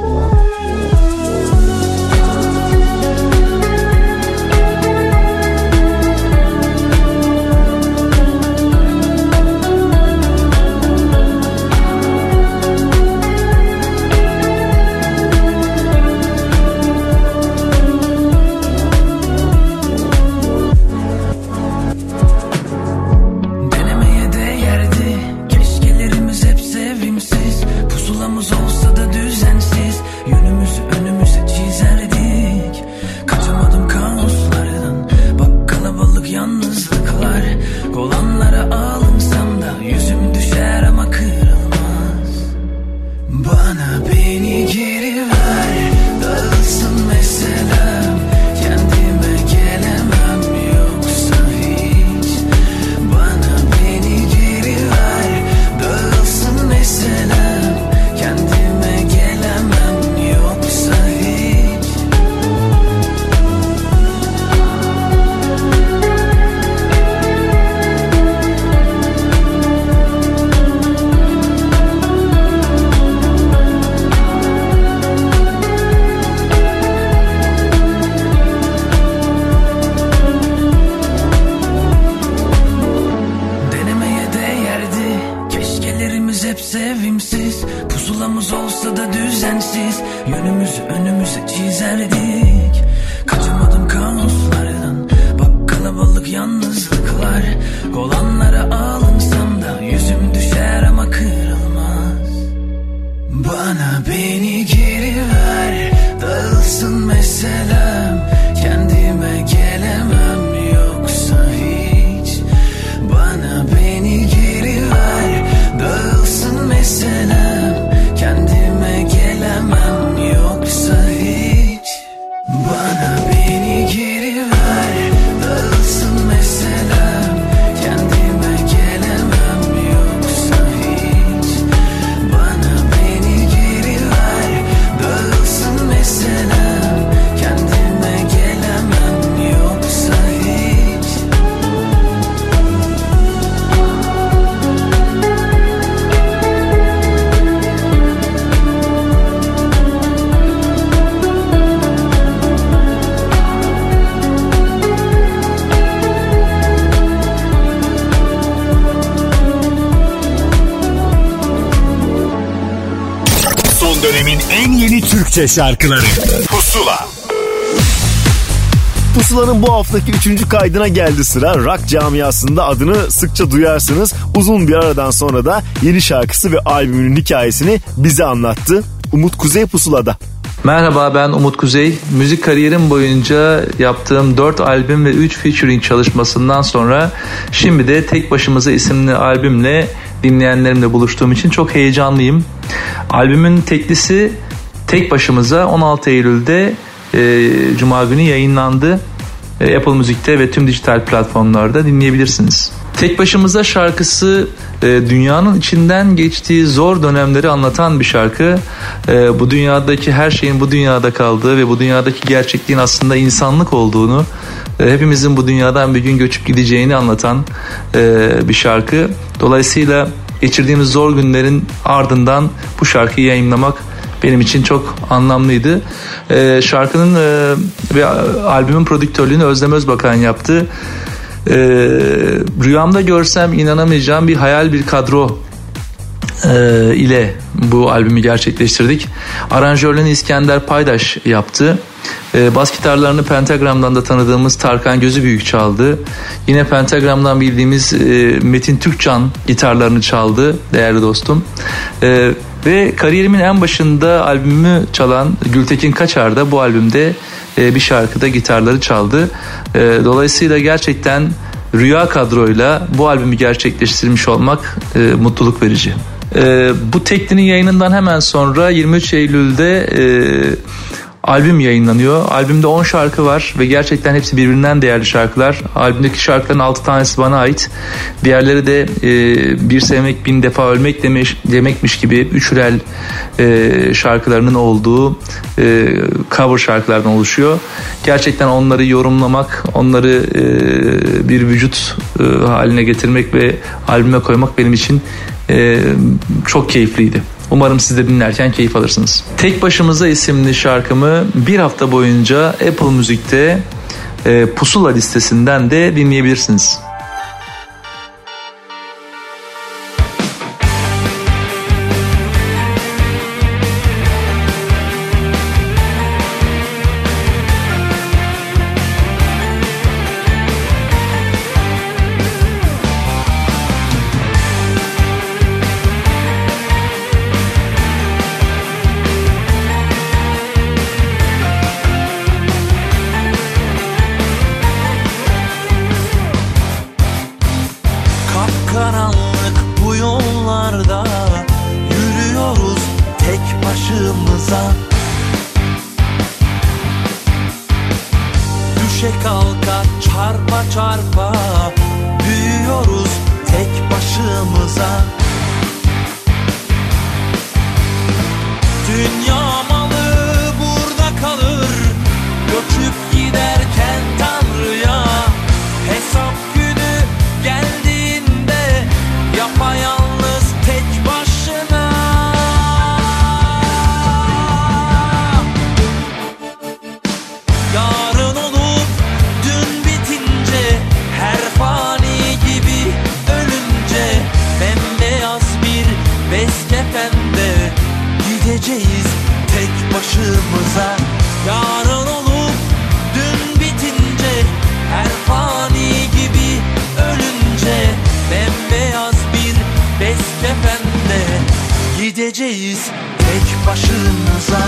Denemeye değerdi. Keşkelerimiz hep sevimsiz. Pusulamız olsa da düzensiz. Yönümüzü önümüze çizerdik. Kaçamadım kaoslardan. Bak kalabalık yalnızlıklar. Olanlara alınsam da yüzüm düşer ama kırılmaz. Bana beni geri ver. Dağılsın meselem. Kendime gelemem yoksa hiç. Bana beni geri ver. Dağılsın meselem. Kendime gelemem yoksa hiç. Denemeye değerdi. Keşkelerimiz hep sevimsiz. Pusulamız olsa da düzensiz. Yönümüzü önümüze çizerdik. Kaçamadım kaoslardan. Bak kalabalık yalnızlıklar. Olanlara alınsam da yüzüm düşer ama kırılmaz. Bana beni geri ver. Dağılsın meselem. Kendime gelemem yoksa hiç. Bana beni geri ver. Dağılsın meselem. Kendime gelemem yoksa hiç. Bana beni geri ver. Dağılsın meselem. Kendime gelemem yoksa hiç. Bana beni geri ver. Dağılsın meselem. Kendime gelemem yoksa hiç. Son dönemin en yeni Türkçe şarkıları Pusula. Pusula'nın bu haftaki üçüncü kaydına geldi sıra. Rock camiasında adını sıkça duyarsınız. Uzun bir aradan sonra da yeni şarkısı ve albümünün hikayesini bize anlattı. Umut Kuzey Pusula'da. Merhaba, ben Umut Kuzey. Müzik kariyerim boyunca yaptığım dört albüm ve üç featuring çalışmasından sonra şimdi de Tek Başımıza isimli albümle dinleyenlerimle buluştuğum için çok heyecanlıyım. Albümün teklisi Tek Başımıza on altı Eylül'de e, Cuma günü yayınlandı. E, Apple Müzik'te ve tüm dijital platformlarda dinleyebilirsiniz. Tek Başımıza şarkısı e, dünyanın içinden geçtiği zor dönemleri anlatan bir şarkı. E, bu dünyadaki her şeyin bu dünyada kaldığı ve bu dünyadaki gerçekliğin aslında insanlık olduğunu, e, hepimizin bu dünyadan bir gün göçüp gideceğini anlatan e, bir şarkı. Dolayısıyla geçirdiğimiz zor günlerin ardından bu şarkıyı yayınlamak benim için çok anlamlıydı. E, şarkının e, ve albümün prodüktörlüğünü Özlem Özbakan yaptı. E, rüyamda görsem inanamayacağım bir hayal bir kadro e, ile bu albümü gerçekleştirdik. Aranjörlüğünü İskender Paydaş yaptı. E, bas gitarlarını Pentagram'dan da tanıdığımız Tarkan Gözübüyük çaldı. Yine Pentagram'dan bildiğimiz e, Metin Türkcan gitarlarını çaldı değerli dostum. E, ve kariyerimin en başında albümümü çalan Gültekin Kaçar da bu albümde e, bir şarkıda gitarları çaldı. E, dolayısıyla gerçekten rüya kadroyla bu albümü gerçekleştirmiş olmak e, mutluluk verici. E, bu teklinin yayınından hemen sonra yirmi üç Eylül'de e, albüm yayınlanıyor. Albümde on şarkı var ve gerçekten hepsi birbirinden değerli şarkılar. Albümdeki şarkıların altı tanesi bana ait. Diğerleri de e, bir sevmek bin defa ölmek demiş, demekmiş gibi üçürel e, şarkılarının olduğu e, cover şarkılardan oluşuyor. Gerçekten onları yorumlamak, onları e, bir vücut e, haline getirmek ve albüme koymak benim için e, çok keyifliydi. Umarım siz de dinlerken keyif alırsınız. Tek Başımıza isimli şarkımı bir hafta boyunca Apple Müzik'te e, Pusula listesinden de dinleyebilirsiniz. Kapkaranlık bu yollarda yürüyoruz tek başımıza. Düşe kalka çarpa çarpa büyüyoruz tek başımıza. Dünya malı burada kalır, göçüp giderken Tanrı'ya hesap günü geldiğinde yapayalnız tek başına. Yarın olup dün bitince, her fani gibi ölünce, bembeyaz bir beskefende gideceğiz tek başımıza. Yarın olup dün bitince, her fani gibi ölünce, bembeyaz bir beskefende gideceğiz tek başımıza.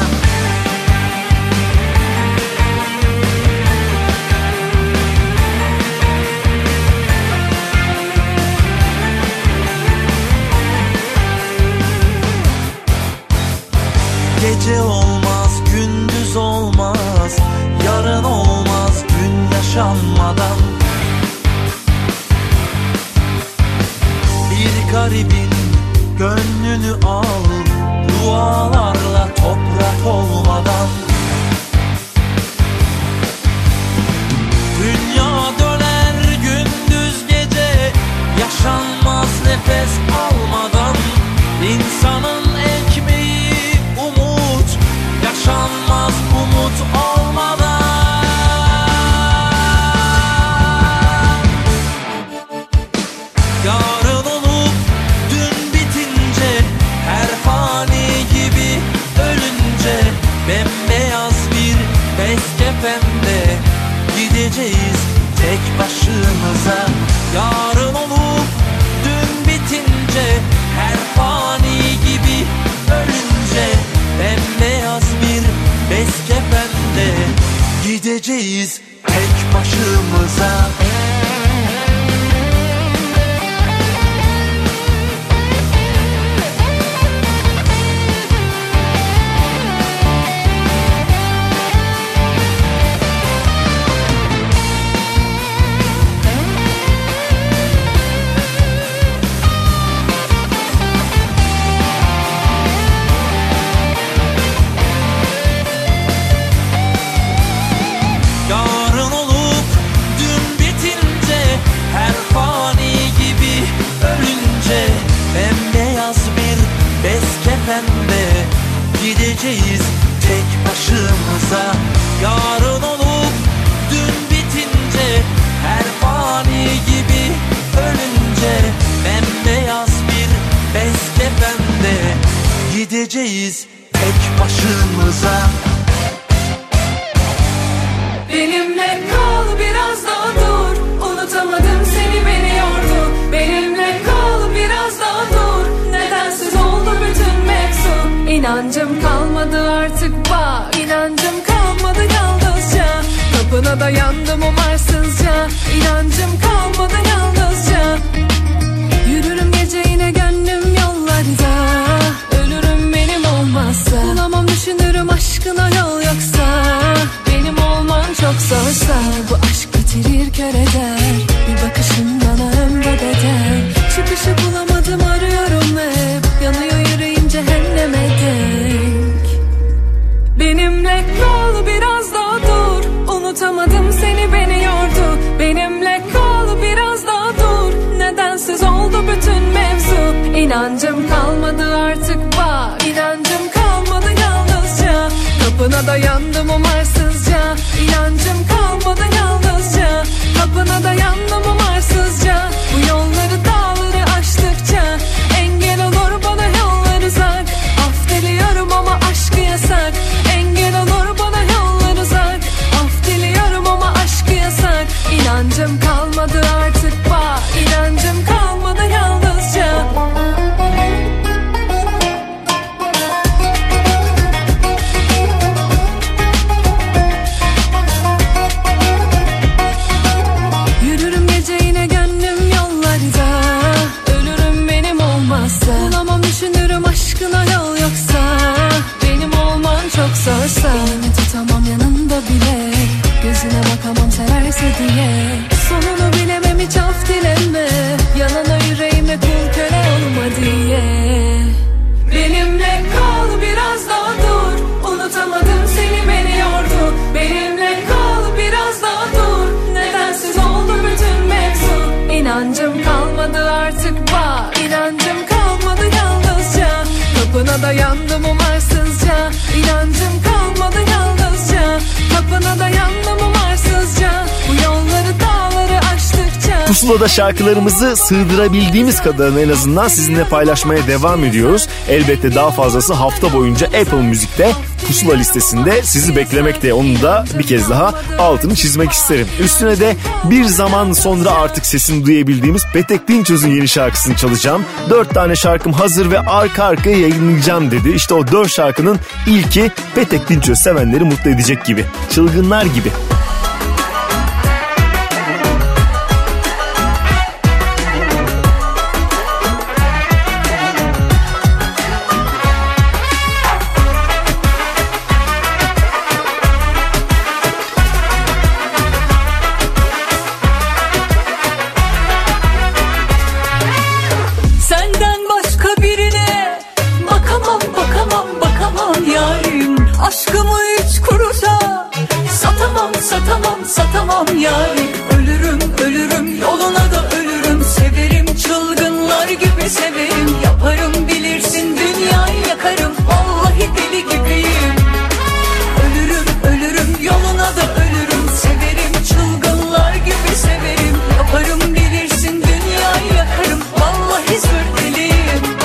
Gece olmaz, gündüz olmaz, yarın olmaz gün yaşanmadan. Bir garibin gönlünü al, dualarla toprak olmadan. Dünya döner gündüz gece, yaşanmaz nefes almadan. İnsanın ekmeği umut, yaşanmaz umut olmadan. Yarın olup dün bitince, her fani gibi ölünce, bembeyaz bir beskefende gideceğiz tek başımıza. Yarın olup dün bitince, her fani gibi ölünce, bembeyaz bir beskefende gideceğiz tek başımıza. Yarın olup dün bitince, her fani gibi ölünce, bembeyaz bir beskefende gideceğiz tek başımıza. Yarın olup dün bitince, her fani gibi ölünce, bembeyaz bir beskefende gideceğiz tek başımıza. Benimle kal biraz daha dur, unutamadım seni beni yordu. Benimle kal biraz daha dur, nedensiz oldu bütün mevzu. İnancım kalmadı artık bak, inancım kalmadı yalnızca. Kapına dayandım umarsızca, inancım kalmadı yalnızca. Yürürüm gece yine gönlüm yollarda, ölürüm benim olmazsa. Bulamam düşünürüm aşkına yol yoksa. İnancım kalmadı artık bak, inancım kalmadı yalnızca. Kapına dayandım umarsızca. İnancım kalmadı yalnızca. Kapına dayandım umarsızca. Bu yolları dağları aştıkça engel olur bana yollar uzak. Af diliyorum ama aşkı yasak. Engel olur bana yollar uzak. Af diliyorum ama aşkı yasak. İnancım kalmadı artık bak, inancım kalmadı yalnızca. Yürürüm gece yine gönlüm yollarda. Ölürüm benim olmazsa. Bulamam düşünürüm aşkına yol yoksa. Benim olman çok zorsa. Elini tutamam yanında bile. Gözüne bakamam severse diye. Sonunu bilemem hiç af dileme. Yalana yüreğime kul köle olma diye. Benimle kal biraz daha dur. Unutamadım seni beni yordu. Benimle kal biraz daha dur. Nedensiz oldu bütün mevzu. İnancım kalmadı artık bak, inancım kalmadı yalnızca. Kapına dayandım umarsızca. İnancım kalmadı yalnızca. Kapına dayandım umarsızca. Bu yolları dağları aştıkça. Pusula'da şarkılarımızı sığdırabildiğimiz kadarını en azından sizinle paylaşmaya devam ediyoruz. Elbette daha fazlası hafta boyunca Apple Müzik'te Pusula listesinde sizi beklemekte. Onu da bir kez daha altını çizmek isterim. Üstüne de bir zaman sonra artık sesini duyabildiğimiz Petek Dinçöz'ün yeni şarkısını çalacağım. Dört tane şarkım hazır ve arka arkaya yayınlayacağım dedi. İşte o dört şarkının ilki Petek Dinçöz sevenleri mutlu edecek gibi. Çılgınlar gibi. Senden başka birine bakamam, bakamam, bakamam yarim. Aşkımı hiç kuruşa satamam, satamam, satamam yarim. Ölürüm, ölürüm, yoluna da ölürüm. Severim, çılgınlar gibi severim. Yaparım bilirsin, dünyayı yakarım. Vallahi deli gibiyim. Ölürüm, ölürüm, yoluna da ölürüm. Severim, çılgınlar gibi severim. Yaparım bilirsin, dünyayı yakarım. Vallahi zır deliyim.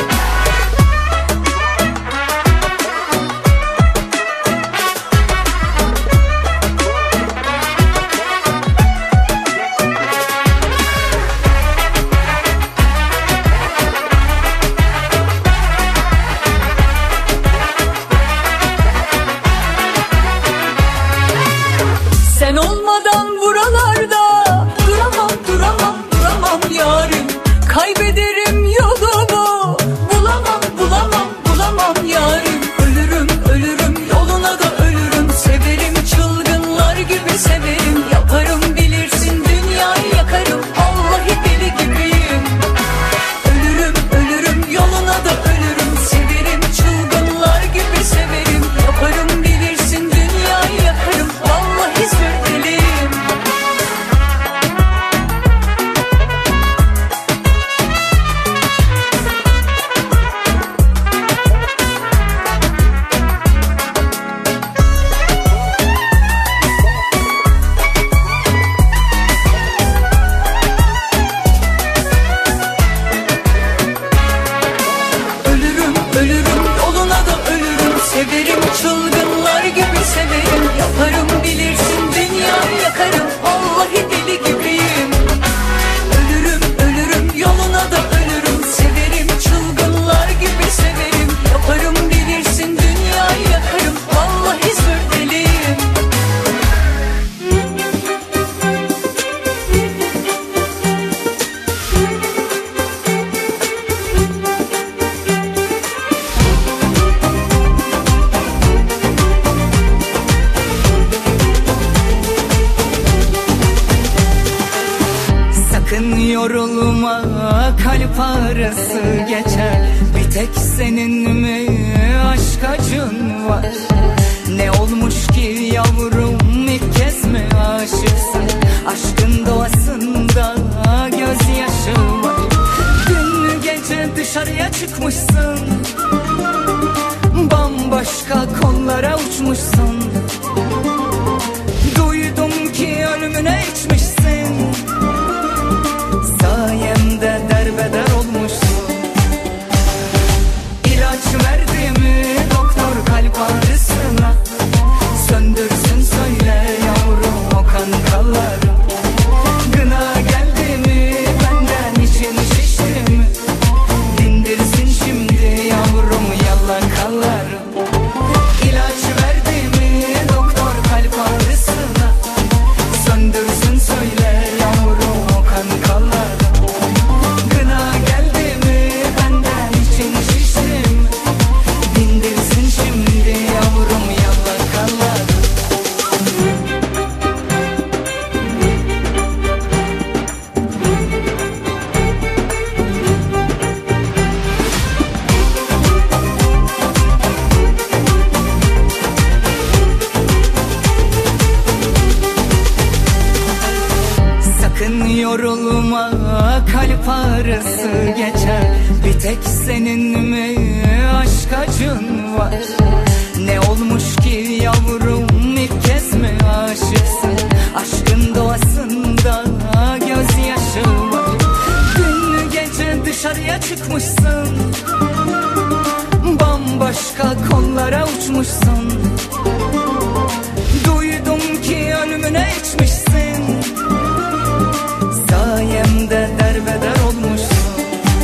Sen olmadan buralarda duramam, duramam, duramam yarim. Kaybederim yolumu, bulamam, bulamam, bulamam yarim. Ölürüm, ölürüm, yoluna da ölürüm. Severim, çılgınlar gibi severim. Yaparım bilirsin, dünyayı yakarım. Vallahi deli gibiyim. Ölürüm, ölürüm, yoluna da ölürüm. Severim, çılgınlar gibi severim. Yaparım bilirsin, dünyayı yakarım. Vallahi zır deliyim. Ölürüm, ölürüm, yoluna da ölürüm. Severim, çılgınlar gibi severim. Yaparım bilirsin, dünyayı yakarım. Vallahi deli gibiyim. Ölürüm, ölürüm, yoluna da ölürüm. Severim, çılgınlar gibi severim. Yaparım bilirsin, dünyayı yakarım. Vallahi zır deliyim. Sakın yorulma, kalp ağrısı geçer. Bir tek senin mi aşk acın var? Ne olmuş ki yavrum, ilk kez mi aşıksın? Aşkın doğasında gözyaşı var. Dün gece düş dışarıya çıkmışsın, bambaşka konulara uçmuşsun. Duydum ki ölümüne içmişsin, sayemde derbeder olmuşsun. İlaç verdi mi doktor kalp ağrısına, söndürsün söyle yavrum o kan kalları. Gına geldi mi benden için şişti mi, dindirsin şimdi yavrum yalakaları. İlaç verdi mi doktor kalp ağrısına, söndürsün söyle yavrum o kan kalları. Gına geldi mi benden için şişti mi, dindirsin şimdi yavrum yalakaları. Sakın yorulma, kalp ağrısı geçer. Bir tek senin mi aşk acın var? Ne olmuş ki yavrum, ilk kez mi aşıksın? Aşkın doğasında gözyaşı var. Dün gece dışarıya çıkmışsın, bambaşka konulara uçmuşsun. Duydum ki ölümüne içmişsin, sayemde derbeder olmuşsun.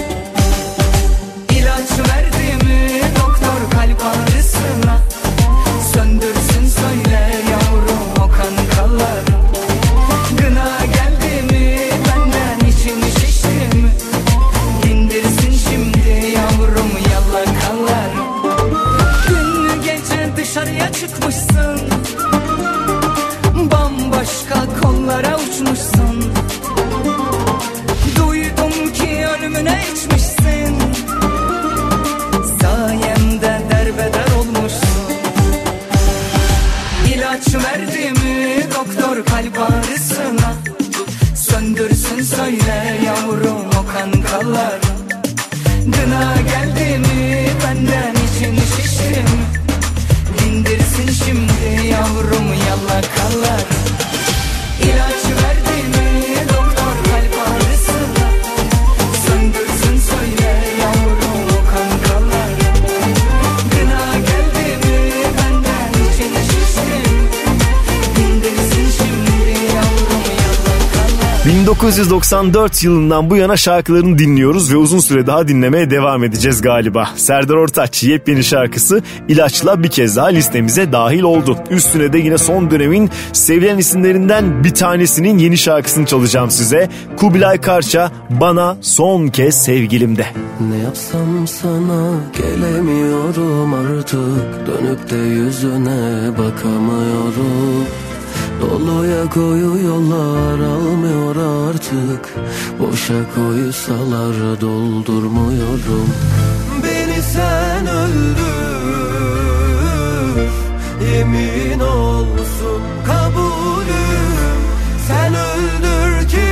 İlaç verdi mi doktor kalp ağrısına, söndürsün söyle yavrum o kan kalları. Gına geldi mi benden için şişti mi, dindirsin şimdi yavrum yalakaları. Dün gece dışarıya çıkmışsın, bambaşka konulara uçmuşsun. Duydum ki ölümüne içmişsin, sayemde derbeder olmuşsun. İlaç verdi mi doktor kalp ağrısına, söndürsün söyle yavrum o kan kalları. Gına geldi mi benden için şişti mi, dindirsin şimdi yavrum yalakaları. İlaç verdi mi doktor kalp ağrısına, söndürsün söyle yavrum o kan kalları. Gına geldi mi benden için şişti mi, dindirsin şimdi yavrum yalakaları. bin dokuz yüz doksan dört yılından bu yana şarkılarını dinliyoruz ve uzun süre daha dinlemeye devam edeceğiz galiba. Serdar Ortaç yepyeni şarkısı İlaç'la bir kez daha listemize dahil oldu. Üstüne de yine son dönemin sevilen isimlerinden bir tanesinin yeni şarkısını çalacağım size. Kubilay Karça, Bana Son Kez Sevgilimde. Ne yapsam sana gelemiyorum artık, dönüp de yüzüne bakamıyorum. Doluya koyu yollar almıyor artık, boşa koysalar doldurmuyorum. Beni sen öldür, yemin olsun kabulüm. Sen öldür ki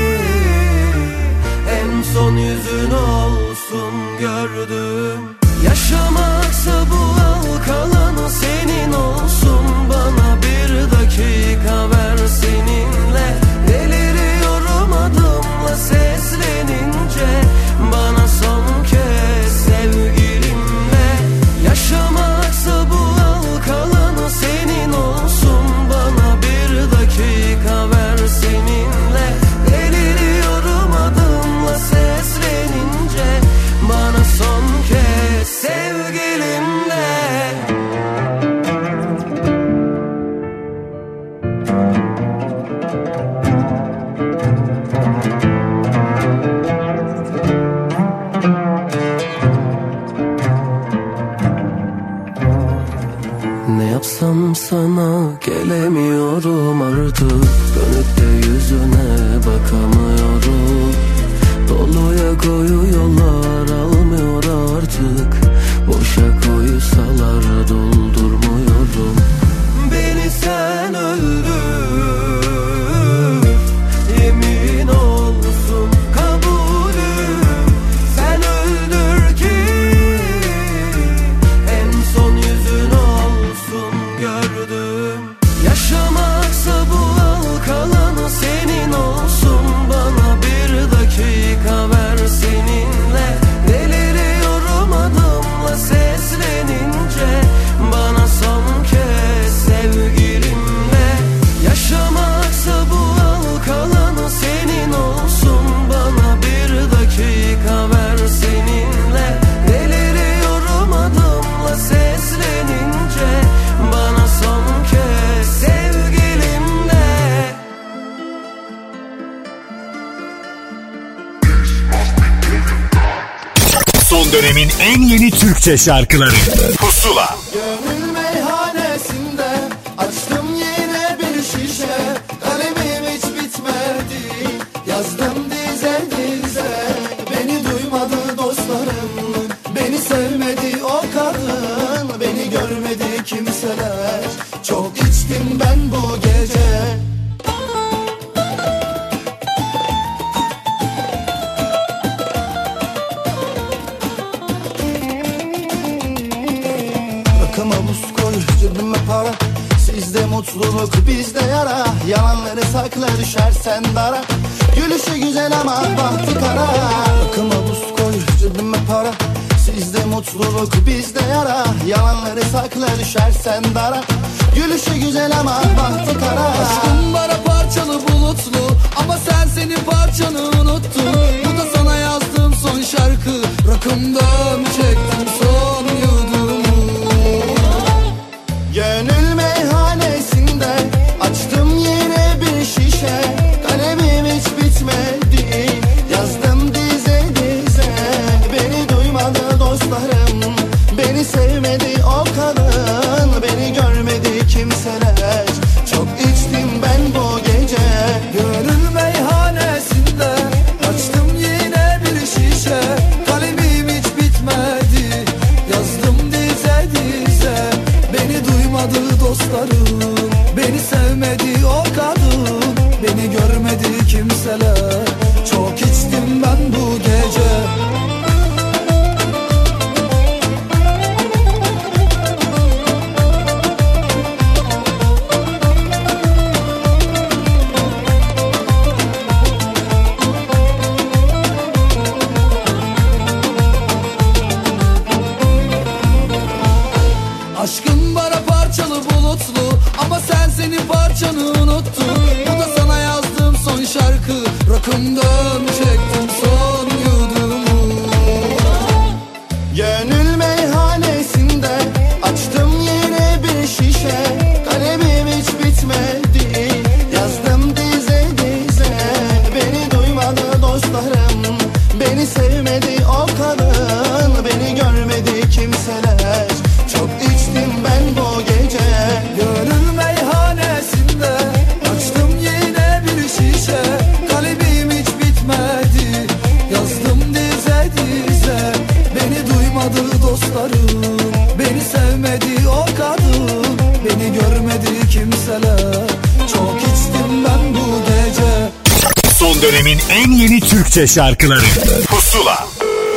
en son yüzün olsun gördüm. Yaşamaksa bu al kalanı senin olsun, bana bir dakika ver seninle. Deliriyorum adımla seslenince, bana son kez sevgilimle. Yaşamaksa bu al kalanı senin olsun, bana bir dakika ver seninle. Deliriyorum adımla seslenince, bana son kez sevgilimle. Ne yapsam sana gelemiyorum artık, dönüp de yüzüne bakamıyorum. Doluya koyu yollar almıyor artık, boşa koysalar doldurmuyorum. Beni sen öldür, yemin olsun kabulüm. Sen öldür Son dönemin en yeni Türkçe şarkıları Pusula. Gönül meyhanesinde açtım yine bir şişe. Kalemim hiç bitmedi, yazdım dize dize. Beni duymadı dostlarım, beni sevmedi o kadın. Beni görmedi kimseler, çok içtim ben bu gece. Rakıma buz koy, cebime para. Sizde mutluluk, bizde yara. Yalanları sakla, düşersen dara. Gülüşü güzel ama bahtı kara. Rakıma buz koy, cebime para. Sizde mutluluk, bizde yara. Yalanları sakla, düşersen dara. Gülüşü güzel ama bahtı kara. Aşkım bana parçalı bulutlu, ama sen senin parçanı unuttun. Bu da sana yazdığım son şarkı. Rakımdan çektim son yudumu. Gönül meyhanesinde açtım yine bir şişe. Kalemim hiç bitmedi, yazdım dize dize. Beni duymadı dostlarım, beni sevmedi o kadın. Beni görmedi kimseler, çok içtim ben bu gece. Gönül meyhanesinde açtım yine bir şişe. Kalemim hiç bitmedi, yazdım dize dize. Beni duymadı dostlarım, beni sevmedi o kadın. Beni görmedi kimseler, çok içtim ben bu gece. Aşkım bana parçalı bulutlu, ama sen senin parçanı unuttun. Bu da sana yazdığım son şarkı. Rakımdan çektim son yudumu. Gönül meyhanesinde açtım yine bir şişe. Kalemim hiç bitmedi, yazdım dize dize. Beni duymadı dostlarım, beni sevmedi o kadın. Beni görmedi kimseler, çok içtim ben bu gece. Gönül meyhanesinde açtım yine bir şişe. Kalemim hiç bitmedi, yazdım dize dize. Beni duymadı dostlarım, beni sevmedi o kadın. Beni görmedi kimseler, çok içtim ben bu gece. Son dönemin en yeni Türkçe şarkıları Pusula.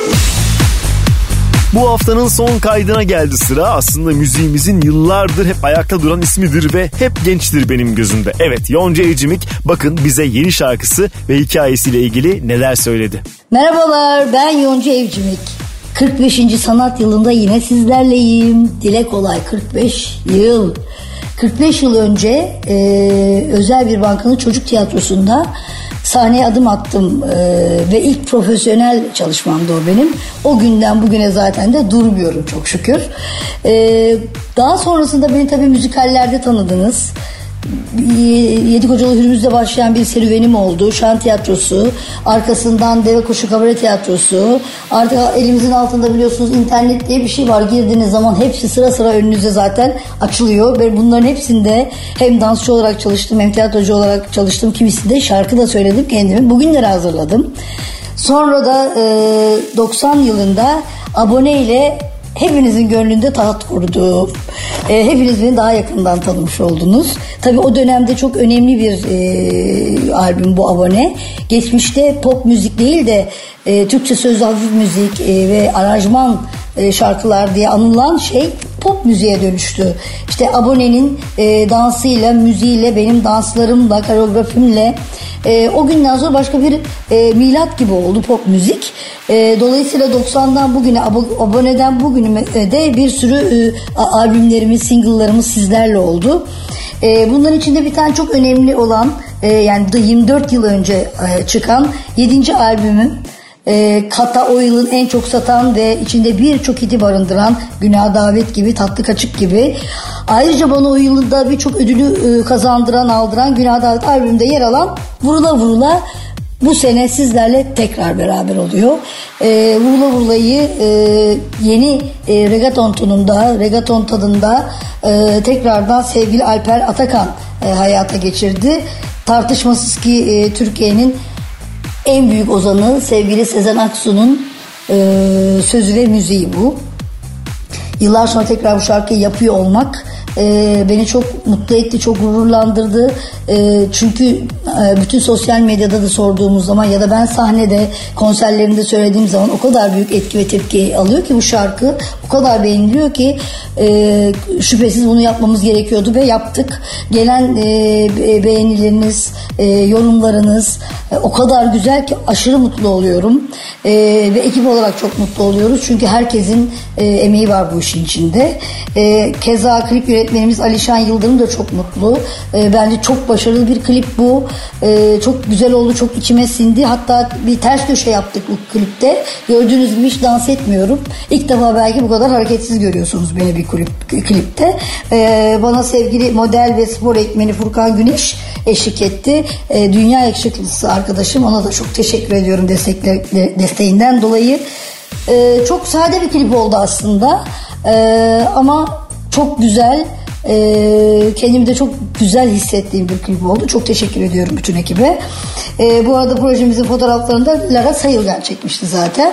Bu haftanın son kaydına geldi sıra. Aslında müziğimizin yıllardır hep ayakta duran ismidir ve hep gençtir benim gözümde. Evet, Yonca Evcimik bakın bize yeni şarkısı ve hikayesiyle ilgili neler söyledi. Merhabalar, ben Yonca Evcimik. kırk beşinci sanat yılında yine sizlerleyim. Dile kolay kırk beş yıl. kırk beş yıl önce e, özel bir bankanın çocuk tiyatrosunda sahneye adım attım e, ve ilk profesyonel çalışmamdı o benim. O günden bugüne zaten de durmuyorum çok şükür. E, daha sonrasında beni tabii müzikallerde tanıdınız. Yedikocalı Hürmüz'de başlayan bir serüvenim oldu. Şan tiyatrosu, arkasından Deve Kuşu Kabare tiyatrosu. Artık elimizin altında biliyorsunuz internet diye bir şey var. Girdiğiniz zaman hepsi sıra sıra önünüze zaten açılıyor. Ben bunların hepsinde hem dansçı olarak çalıştım, hem tiyatrocu olarak çalıştım. Kimisinde şarkı da söyledim kendimi. Bugünleri hazırladım. Sonra da e, doksan yılında Abone ile hepinizin gönlünde taht kurdu. E, hepiniz beni daha yakından tanımış oldunuz. Tabii o dönemde çok önemli bir e, albüm bu Abone. Geçmişte pop müzik değil de e, Türkçe sözlü hafif müzik e, ve aranjman e, şarkılar diye anılan şey pop müziğe dönüştü. İşte Abone'nin e, dansıyla, müziğiyle, benim danslarımla, koreografimle e, o günden sonra başka bir e, milat gibi oldu pop müzik. E, dolayısıyla doksandan bugüne, Abone'den bugüne de bir sürü e, albümlerimiz, single'larımız sizlerle oldu. E, bunların içinde bir tane çok önemli olan, e, yani yirmi dört yıl önce e, çıkan yedinci albümüm. E, Kata o yılın en çok satan ve içinde birçok hiti barındıran Günah Davet gibi, Tatlı Kaçık gibi. Ayrıca bana o yılda birçok ödülü e, kazandıran, aldıran Günah Davet albümünde yer alan Vurula Vurula bu sene sizlerle tekrar beraber oluyor. E, Vurla Vurla'yı e, yeni e, regaton tonunda, regaton tadında e, tekrardan sevgili Alper Atakan e, hayata geçirdi. Tartışmasız ki e, Türkiye'nin en büyük ozanı sevgili Sezen Aksu'nun e, sözü ve müziği bu. Yıllar sonra tekrar bu şarkıyı yapıyor olmak e, beni çok mutlu etti, çok gururlandırdı. E, çünkü e, bütün sosyal medyada da sorduğumuz zaman ya da ben sahnede, konserlerinde söylediğim zaman o kadar büyük etki ve tepki alıyor ki bu şarkı o kadar beğeniliyor ki e, şüphesiz bunu yapmamız gerekiyordu ve yaptık. Gelen e, beğenileriniz, e, yorumlarınız e, o kadar güzel ki aşırı mutlu oluyorum. E, ve ekip olarak çok mutlu oluyoruz. Çünkü herkesin e, emeği var bu işin içinde. E, keza klip yönetmenimiz Alişan Yıldırım da çok mutlu. E, bence çok başarılı bir klip bu. E, çok güzel oldu, çok içime sindi. Hatta bir ters köşe yaptık bu klipte. Gördüğünüz gibi hiç dans etmiyorum. İlk defa belki bu kadar hareketsiz görüyorsunuz beni bir klip, klipte. E, bana sevgili model ve spor eğitmeni Furkan Güneş eşlik etti. E, dünya yakışıklısı arkadaşım. Ona da çok teşekkür ediyorum destekle, desteğinden dolayı. E, çok sade bir klip oldu aslında. E, ama çok güzel, e, kendimi de çok güzel hissettiğim bir klip oldu. Çok teşekkür ediyorum bütün ekibe. E, bu arada projemizin fotoğraflarını da Lara Sayılgan çekmişti zaten.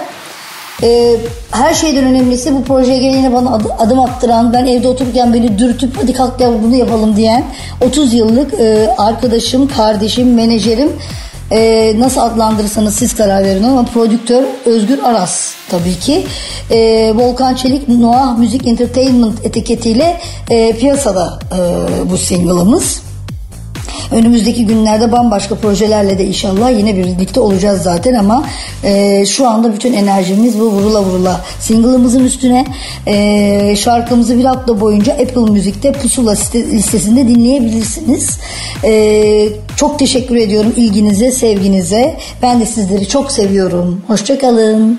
E, her şeyden önemlisi bu projeye gelene bana ad, adım attıran, ben evde otururken beni dürtüp hadi kalk ya bunu yapalım diyen otuz yıllık e, arkadaşım, kardeşim, menajerim. Ee, nasıl adlandırırsanız siz karar verin ama prodüktör Özgür Aras tabii ki. Ee, Volkan Çelik Noah Music Entertainment etiketiyle e, piyasada e, bu single'ımız. Önümüzdeki günlerde bambaşka projelerle de inşallah yine birlikte olacağız zaten ama e, şu anda bütün enerjimiz bu Vurula Vurula single'ımızın üstüne. E, şarkımızı bir hafta boyunca Apple Music'te Pusula listesinde dinleyebilirsiniz. E, çok teşekkür ediyorum ilginize, sevginize. Ben de sizleri çok seviyorum. Hoşça kalın.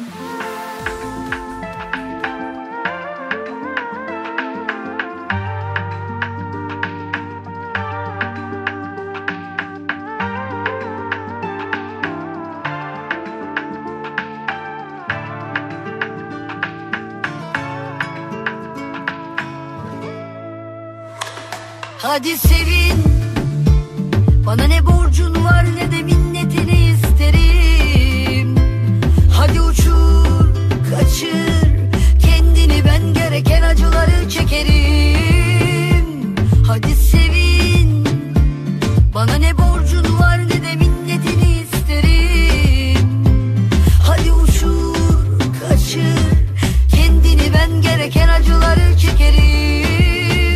Hadi sevin, bana ne borcun var ne de minnetini isterim. Hadi uçur, kaçır, kendini ben gereken acıları çekerim. Hadi sevin, bana ne borcun var ne de minnetini isterim. Hadi uçur, kaçır, kendini ben gereken acıları çekerim.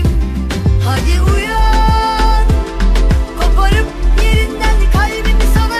Hadi uyan, koparıp yerinden kalbimi sana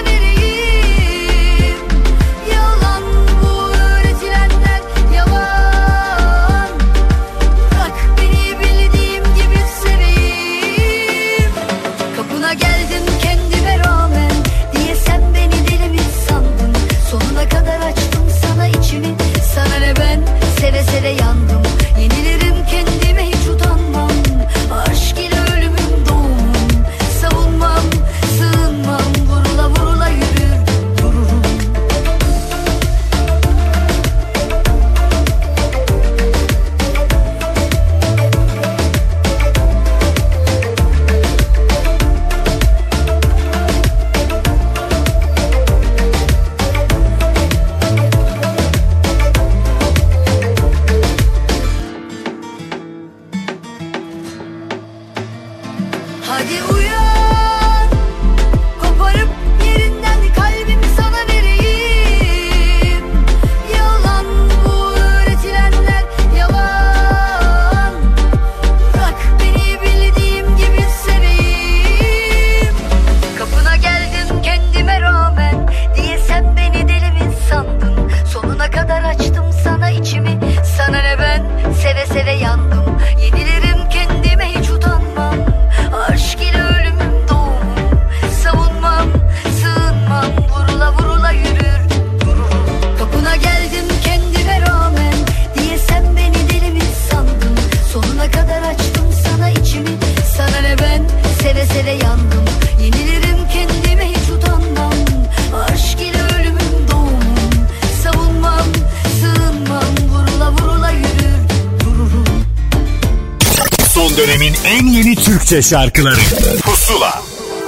dönemin en yeni Türkçe şarkıları Pusula.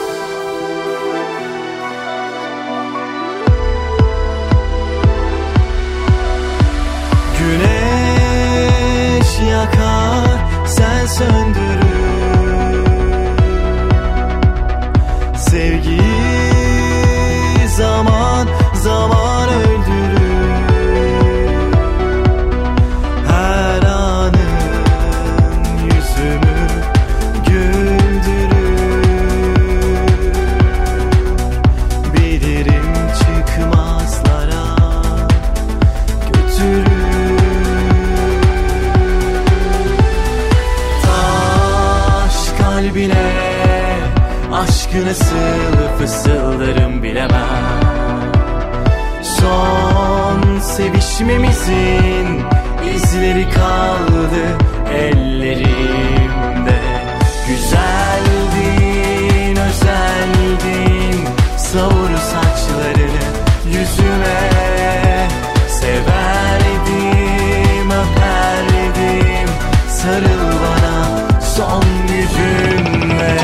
Güneş yakar, sen söndürür. Sevgiyi zaman zaman öldürür. Her anın yüzümü güldürür. Bilirim çıkmazlara götürür. Kalbine aşkı nasıl fısıldarım bilemem. Son sevişmemizin izleri kaldı ellerimde. Güzeldin, özeldin, savur saçlarını yüzüme. Severdim, öperdim, sarıl bana son gücünle.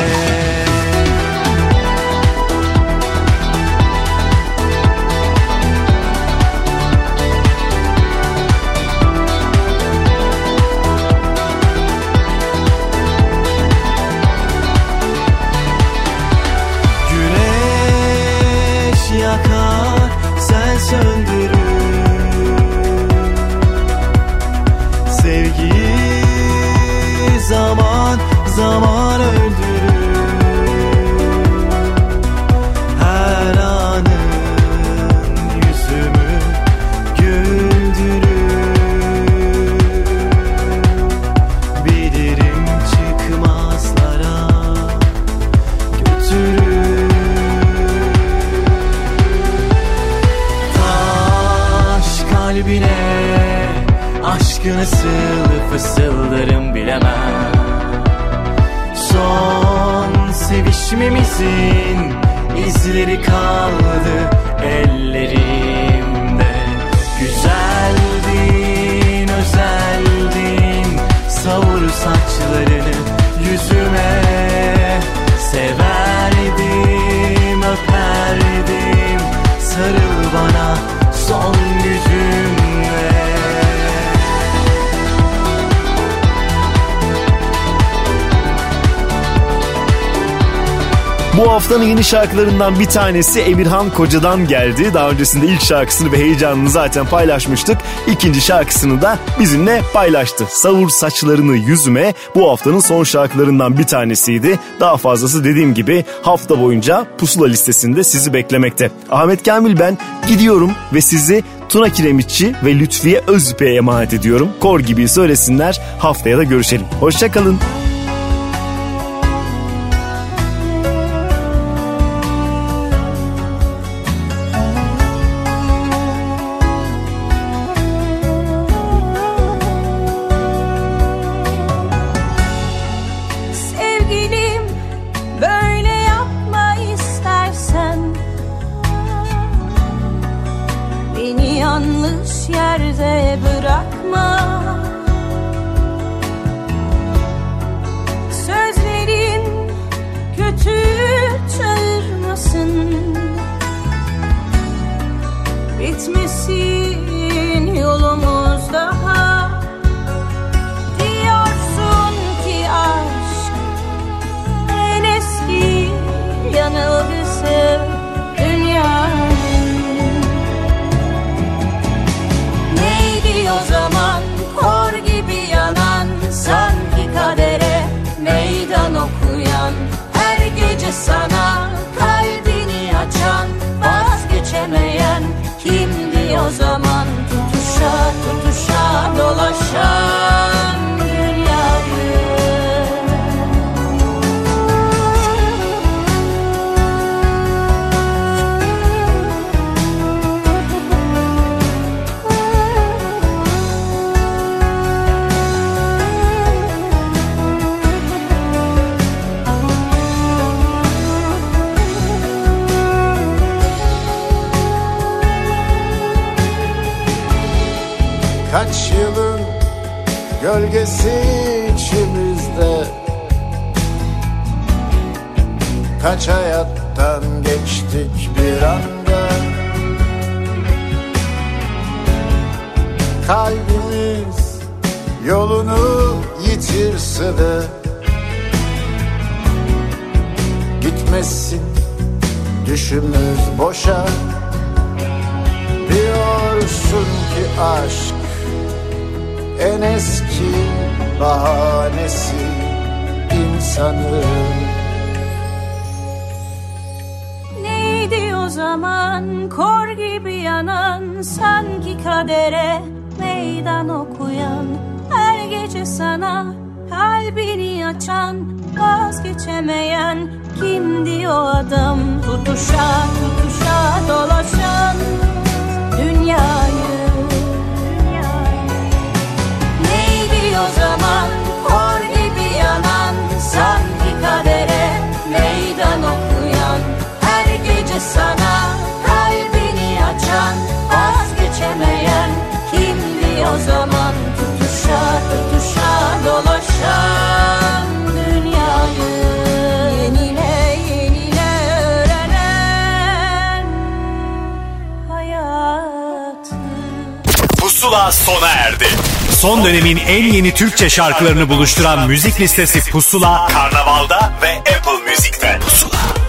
Güneş yakar, sen söndürür. Sevgiyi zaman zaman öldürür. Her anın yüzümü güldürür. Bilirim çıkmazlara götürür. Taş kalbine aşkı nasıl fısıldarım bilemem. Son sevişmemizin izleri kaldı ellerimde. Güzeldin, özeldin, savur saçlarını yüzüme. Severdim, öperdim, sarıl bana son gücümle. Bu haftanın yeni şarkılarından bir tanesi Emirhan Koca'dan geldi. Daha öncesinde ilk şarkısını ve heyecanını zaten paylaşmıştık. İkinci şarkısını da bizimle paylaştı. Savur saçlarını yüzüme bu haftanın son şarkılarından bir tanesiydi. Daha fazlası dediğim gibi hafta boyunca Pusula listesinde sizi beklemekte. Ahmet Kamil ben, gidiyorum ve sizi Tuna Kiremitçi ve Lütfiye Özüp'e emanet ediyorum. Kor gibi söylesinler, haftaya da görüşelim. Hoşça kalın. Bitmesin yolumuz daha. Diyorsun ki aşk en eski yanılgısı dünyanın. Neydi o zaman kor gibi yanan, sanki kadere meydan okuyan, her gece sana kalbini açan, vazgeçemeyen kimdi o zaman, tutuşa tutuşa dolaşan dünyayı. Kaç yılın gölgesi içimizde, yerde. Kaç hayattan geçtik bir anda. Kalbimiz yolunu yitirse de gitmesin düşümüz boşa. Diyorsun ki aşk en eski bahanesi insanın. Neydi o zaman kor gibi yanan, sanki kadere meydan okuyan, her gece sana kalbini açan, vazgeçemeyen kimdi o adam? Tutuşa tutuşa dolaşan dünyayı. Neydi o zaman kor gibi yanan, sanki kadere meydan okuyan, her gece sana kalbini açan, vazgeçemeyen kimdi o zaman? Tutuşa tutuşa dolaşan dünyayı. Yenile yenile öğrenen hayatı. Pusula sona erdi. Son dönemin en yeni Türkçe şarkılarını buluşturan müzik listesi Pusula, Karnaval'da ve Apple Music'te. Pusula.